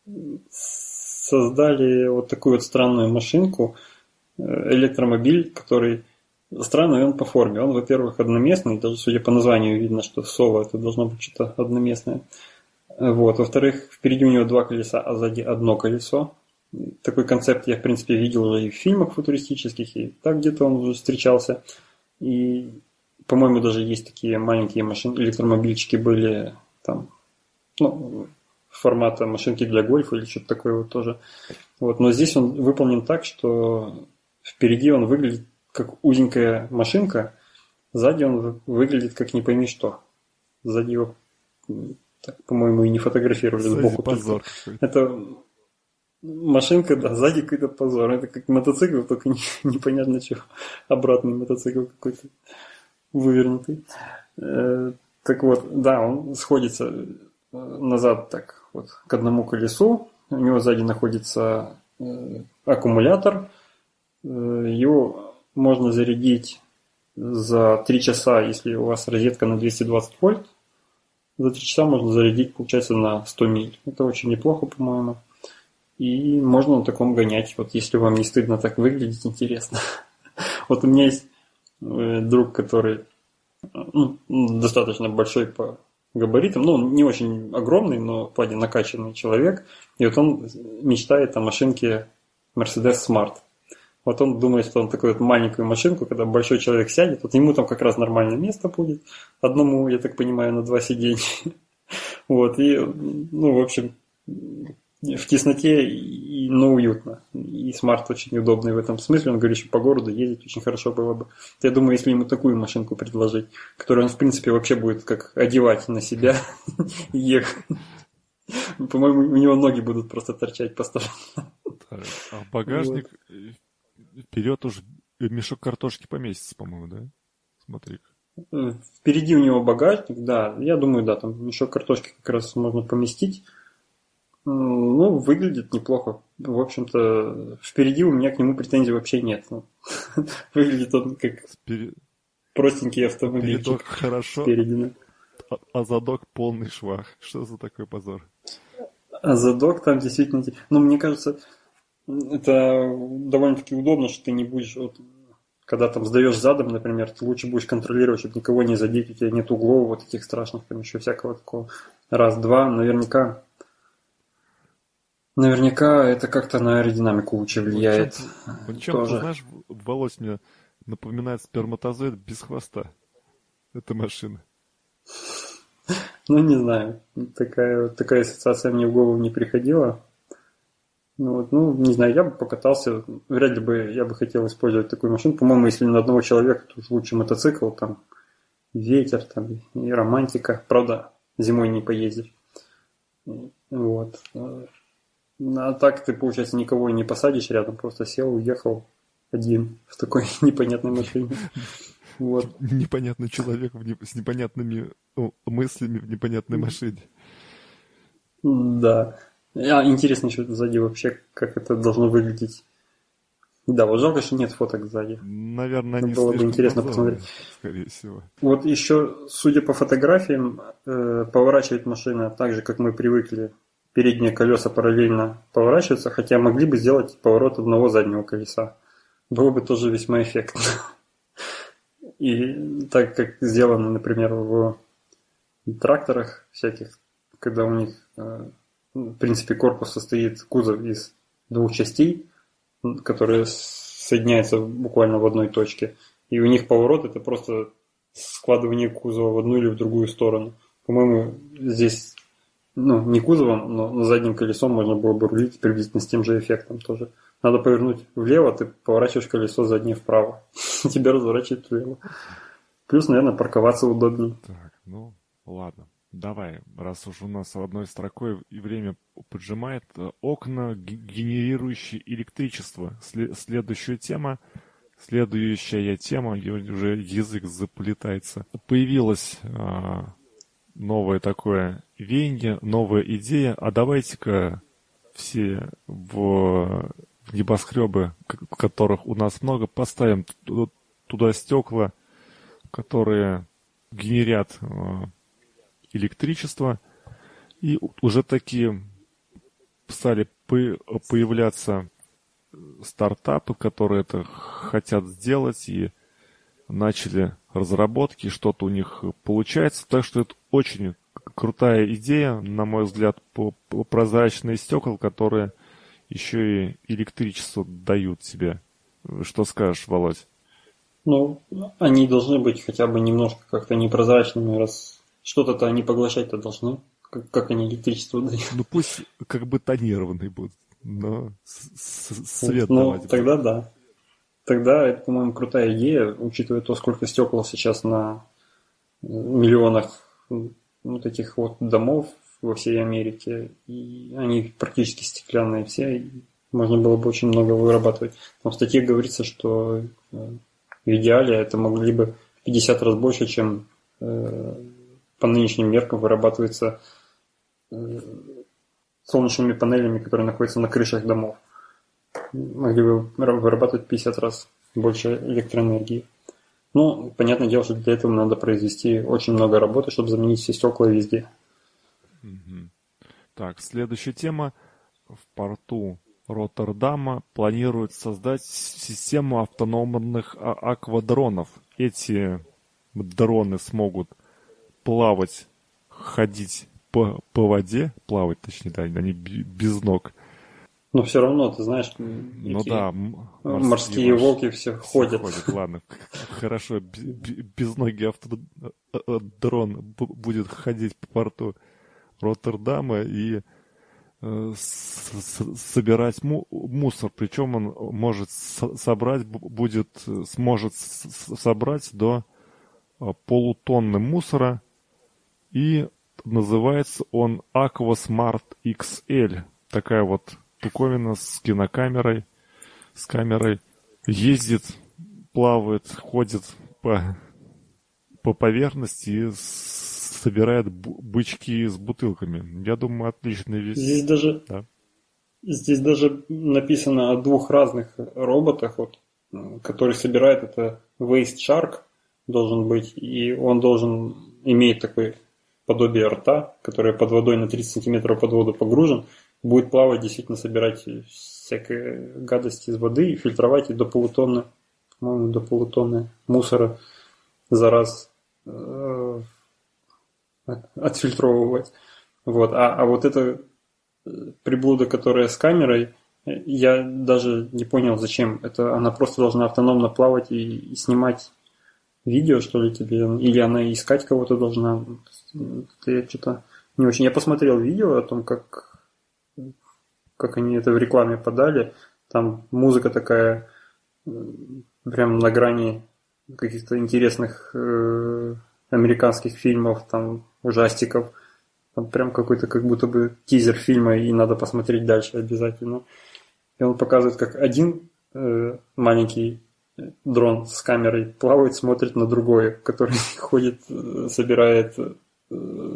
создали вот такую вот странную машинку, электромобиль, который странный он по форме. Он, во-первых, одноместный, даже судя по названию видно, что соло это должно быть что-то одноместное. Вот. Во-вторых, впереди у него два колеса, а сзади одно колесо. Такой концепт я, в принципе, видел уже и в фильмах футуристических, и так где-то он уже встречался. И, по-моему, даже есть такие маленькие машины, электромобильчики были там, ну, формата машинки для гольфа или что-то такое вот тоже. Вот. Но здесь он выполнен так, что впереди он выглядит как узенькая машинка, сзади он выглядит как не пойми что. Сзади его, так, по-моему, и не фотографировали сбоку. Позор. Это машинка, да, сзади какой-то позор. Это как мотоцикл, только не, непонятно чего. Обратный мотоцикл какой-то вывернутый. Э, так вот, да, он сходится назад так вот к одному колесу. У него сзади находится э, аккумулятор. Э, его можно зарядить за три часа, если у вас розетка на двести двадцать вольт. За три часа можно зарядить, получается, на сто миль. Это очень неплохо, по-моему. И можно на таком гонять. Вот если вам не стыдно так выглядеть, интересно. Вот у меня есть друг, который ну, достаточно большой по габаритам. Ну, он не очень огромный, но в плане накачанный человек. И вот он мечтает о машинке Mercedes Smart. Вот он думает, что он такую вот маленькую машинку, когда большой человек сядет, вот ему там как раз нормальное место будет. Одному, я так понимаю, на два сиденья. Вот, и, ну, в общем, в тесноте, и, но уютно. И смарт очень удобный в этом смысле. Он говорит, что по городу ездить очень хорошо было бы. Я думаю, если ему такую машинку предложить, которую он, в принципе, вообще будет как одевать на себя и ехать. По-моему, у него ноги будут просто торчать по сторонам. А багажник... Вперед уж мешок картошки поместится, по-моему, да? Смотри-ка. Впереди у него багажник, да. Я думаю, да, там мешок картошки как раз можно поместить. Ну, выглядит неплохо. В общем-то, впереди у меня к нему претензий вообще нет. Выглядит он как Спери... простенький автомобильчик. Передок хорошо, спереди, а, а задок полный швах. Что за такой позор? А задок там действительно... Ну, мне кажется... Это довольно-таки удобно, что ты не будешь, вот, когда там сдаешь задом, например, ты лучше будешь контролировать, чтобы никого не задеть, у тебя нет углов вот этих страшных, там еще всякого такого. Раз-два, наверняка, наверняка это как-то на аэродинамику лучше влияет. Вот чем, ты знаешь, Володь, мне напоминает сперматозоид без хвоста. Эта машина. Ну, не знаю, такая, такая ассоциация мне в голову не приходила. Ну, вот, ну, не знаю, я бы покатался, вряд ли бы я бы хотел использовать такую машину. По-моему, если на одного человека, то лучше мотоцикл, там, ветер, там, и романтика. Правда, зимой не поездишь. Вот. А так ты, получается, никого не посадишь рядом, просто сел, уехал один в такой непонятной машине. Вот. Непонятный человек с непонятными мыслями в непонятной машине. Да. А интересно, что сзади вообще, как это должно выглядеть. Да, вот жалко, что нет фоток сзади. Наверное, не было бы интересно позорные, посмотреть. Скорее всего. Вот еще, судя по фотографиям, э, поворачивает машина так же, как мы привыкли. Передние колеса параллельно поворачиваются, хотя могли бы сделать поворот одного заднего колеса. Было бы тоже весьма эффектно. И так как сделано, например, в тракторах всяких, когда у них, э, в принципе, корпус состоит, кузов из двух частей, которые соединяются буквально в одной точке. И у них поворот это просто складывание кузова в одну или в другую сторону. По-моему, здесь, ну, не кузовом, но на задним колесом можно было бы рулить приблизительно с тем же эффектом тоже. Надо повернуть влево, ты поворачиваешь колесо заднее вправо. Тебя разворачивает влево. Плюс, наверное, парковаться удобнее. Так, ну, ладно. Давай, раз уж у нас одной строкой и время поджимает, окна, генерирующие электричество. Следующая тема, следующая тема, уже язык заплетается. Появилось а, новое такое веяние, новая идея, а давайте-ка все в, в небоскребы, которых у нас много, поставим туда стекла, которые генерят а, электричество, и уже такие стали появляться стартапы, которые это хотят сделать, и начали разработки, что-то у них получается, так что это очень крутая идея, на мой взгляд, по прозрачные стекла, которые еще и электричество дают тебе. Что скажешь, Володь? Ну, они должны быть хотя бы немножко как-то непрозрачными, раз что-то-то они поглощать-то должны. Как, как они электричество дают. Ну пусть как бы тонированные будут, но свет ну, давать. Тогда да. Тогда это, по-моему, крутая идея, учитывая то, сколько стекол сейчас на миллионах ну, таких вот домов во всей Америке. И они практически стеклянные все. И можно было бы очень много вырабатывать. Там в статье говорится, что в идеале это могли бы в пятьдесят раз больше, чем по нынешним меркам вырабатывается э, солнечными панелями, которые находятся на крышах домов. Могли бы вырабатывать в пятьдесят раз больше электроэнергии. Но, понятное дело, что для этого надо произвести очень много работы, чтобы заменить все стекла везде. Угу. Так, следующая тема. В порту Роттердама планируют создать систему автономных аквадронов. Эти дроны смогут плавать, ходить по, по воде, плавать, точнее, да, они без ног. Но все равно, ты знаешь, ну да, морские, морские волки все, все ходят. ходят. Ладно, хорошо, без ноги автодрон будет ходить по порту Роттердама и э, с, собирать му, мусор, причем он может собрать, будет, сможет собрать до полутонны мусора. И называется он Aquasmart икс эль. Такая вот штуковина с кинокамерой, с камерой. Ездит, плавает, ходит по, по поверхности и собирает бычки с бутылками. Я думаю, отличный вещь. Здесь даже, да. здесь даже написано о двух разных роботах, вот, который собирает это Waste Shark должен быть, и он должен иметь такой подобие рта, который под водой на тридцать сантиметров под воду погружен, будет плавать, действительно собирать всякие гадости из воды и фильтровать и до полутонны, по-моему, до полутонны мусора за раз э, отфильтровывать. Вот. А, а вот эта приблуда, которая с камерой, я даже не понял, зачем. Это она просто должна автономно плавать и, и снимать видео, что ли, тебе, или она искать кого-то должна. Я что-то не очень. Я посмотрел видео о том, как, как они это в рекламе подали. Там музыка такая прям на грани каких-то интересных э, американских фильмов, там ужастиков. Там прям какой-то как будто бы тизер фильма, и надо посмотреть дальше обязательно. И он показывает, как один э, маленький дрон с камерой плавает, смотрит на другой, который ходит, собирает э,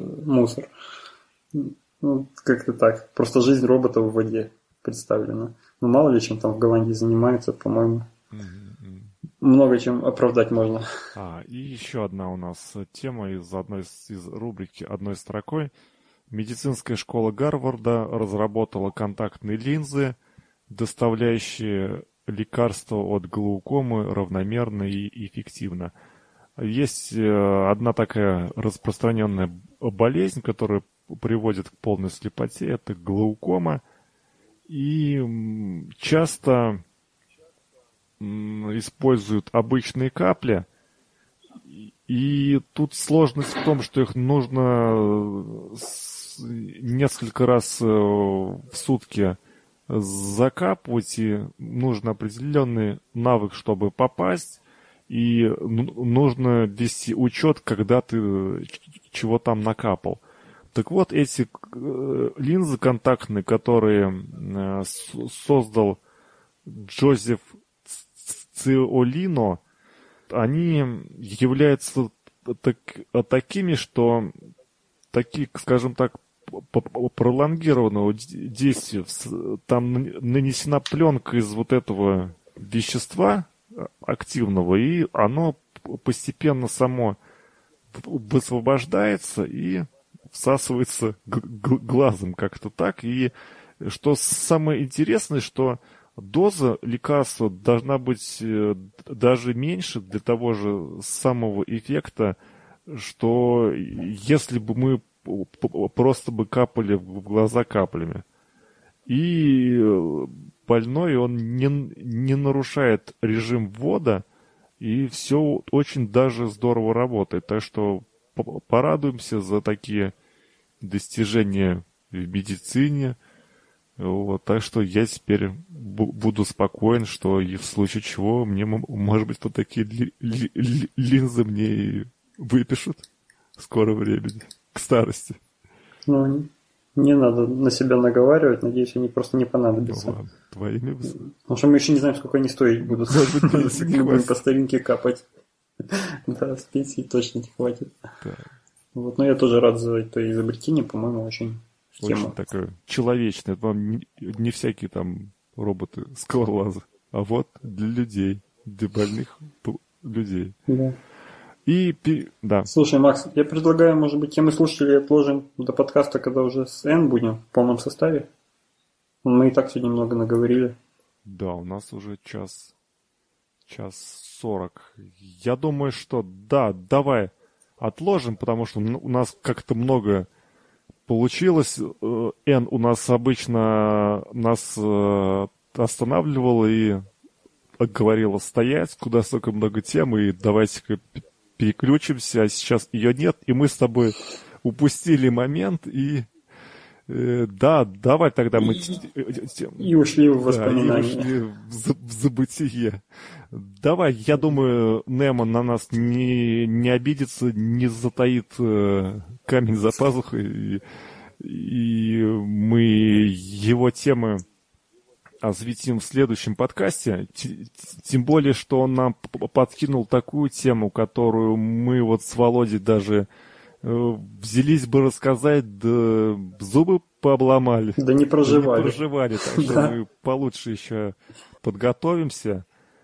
мусор. Ну, как-то так. Просто жизнь робота в воде представлена. Ну, мало ли чем там в Голландии занимаются, по-моему. Mm-hmm. Много чем оправдать можно. А, и еще одна у нас тема из одной из, из рубрики одной строкой. Медицинская школа Гарварда разработала контактные линзы, доставляющие лекарства от глаукомы равномерно и эффективно. Есть одна такая распространенная болезнь, которая приводит к полной слепоте, это глаукома. И часто используют обычные капли. И тут сложность в том, что их нужно несколько раз в сутки закапывать, и нужен определенный навык, чтобы попасть, и нужно вести учет, когда ты чего там накапал. Так вот, эти линзы контактные, которые создал Джозеф Циолино, они являются так, такими, что такие, скажем так, пролонгированного действия. Там нанесена пленка из вот этого вещества активного, и оно постепенно само высвобождается и всасывается глазом как-то так. И что самое интересное, что доза лекарства должна быть даже меньше для того же самого эффекта, что если бы мы просто бы капали в глаза каплями. И больной, он не, не нарушает режим ввода, и все очень даже здорово работает. Так что порадуемся за такие достижения в медицине. Вот, так что я теперь буду спокоен, что и в случае чего мне, может быть, вот такие ли, ли, ли, линзы мне и выпишут в скором времени, к старости. Ну, не надо на себя наговаривать, надеюсь, они просто не понадобятся. Ну, твоими... Потому что мы еще не знаем, сколько они стоить будут. Если мы будем по старинке капать. Да, с пенсии точно не хватит. Вот, но я тоже рад за это изобретение, по-моему, очень... Очень тема. такое человечное. Вам не, не всякие там роботы-скалолазы, а вот для людей, для больных людей. Да. И, да. Слушай, Макс, я предлагаю, может быть, темы слушателей отложим до подкаста, когда уже с Н будем в полном составе. Мы и так сегодня много наговорили. Да, у нас уже час, час сорок. Я думаю, что да, давай отложим, потому что у нас как-то много получилось. Н у нас обычно нас останавливала и говорила стоять, куда столько много тем, и давайте-ка переключимся, а сейчас ее нет, и мы с тобой упустили момент, и э, да, давай тогда мы... И ушли в воспоминания. Да, и ушли в, в забытие. Давай, я думаю, Немо на нас не, не обидится, не затаит э, камень за пазухой, и, и мы его темы осветим в следующем подкасте. Тем более, что он нам подкинул такую тему, которую мы вот с Володей даже э, взялись бы рассказать, да зубы пообломали. Да не проживали. Да не проживали, так что мы получше еще подготовимся.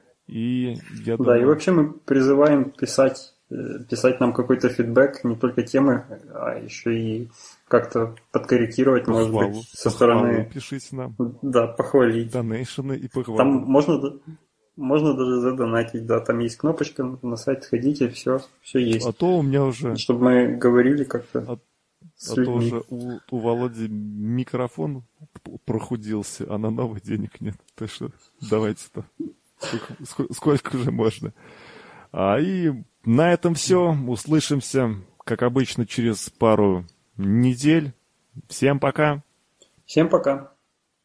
И я думаю... Да, и вообще мы призываем писать, писать нам какой-то фидбэк, не только темы, а еще и как-то подкорректировать, похвалу, может быть, со похвалу стороны... Пишите нам. Да, похвалить. Донейшены и похвалу. Там можно, можно даже задонатить, да, там есть кнопочка, на сайт ходите, все, все есть. А то у меня уже... Чтобы мы говорили как-то а, с а людьми. то уже у, у Володи микрофон прохудился, а на новый денег нет. Так что давайте-то. Сколько, сколько же можно. А и на этом все. Услышимся, как обычно, через пару недель. Всем пока. Всем пока.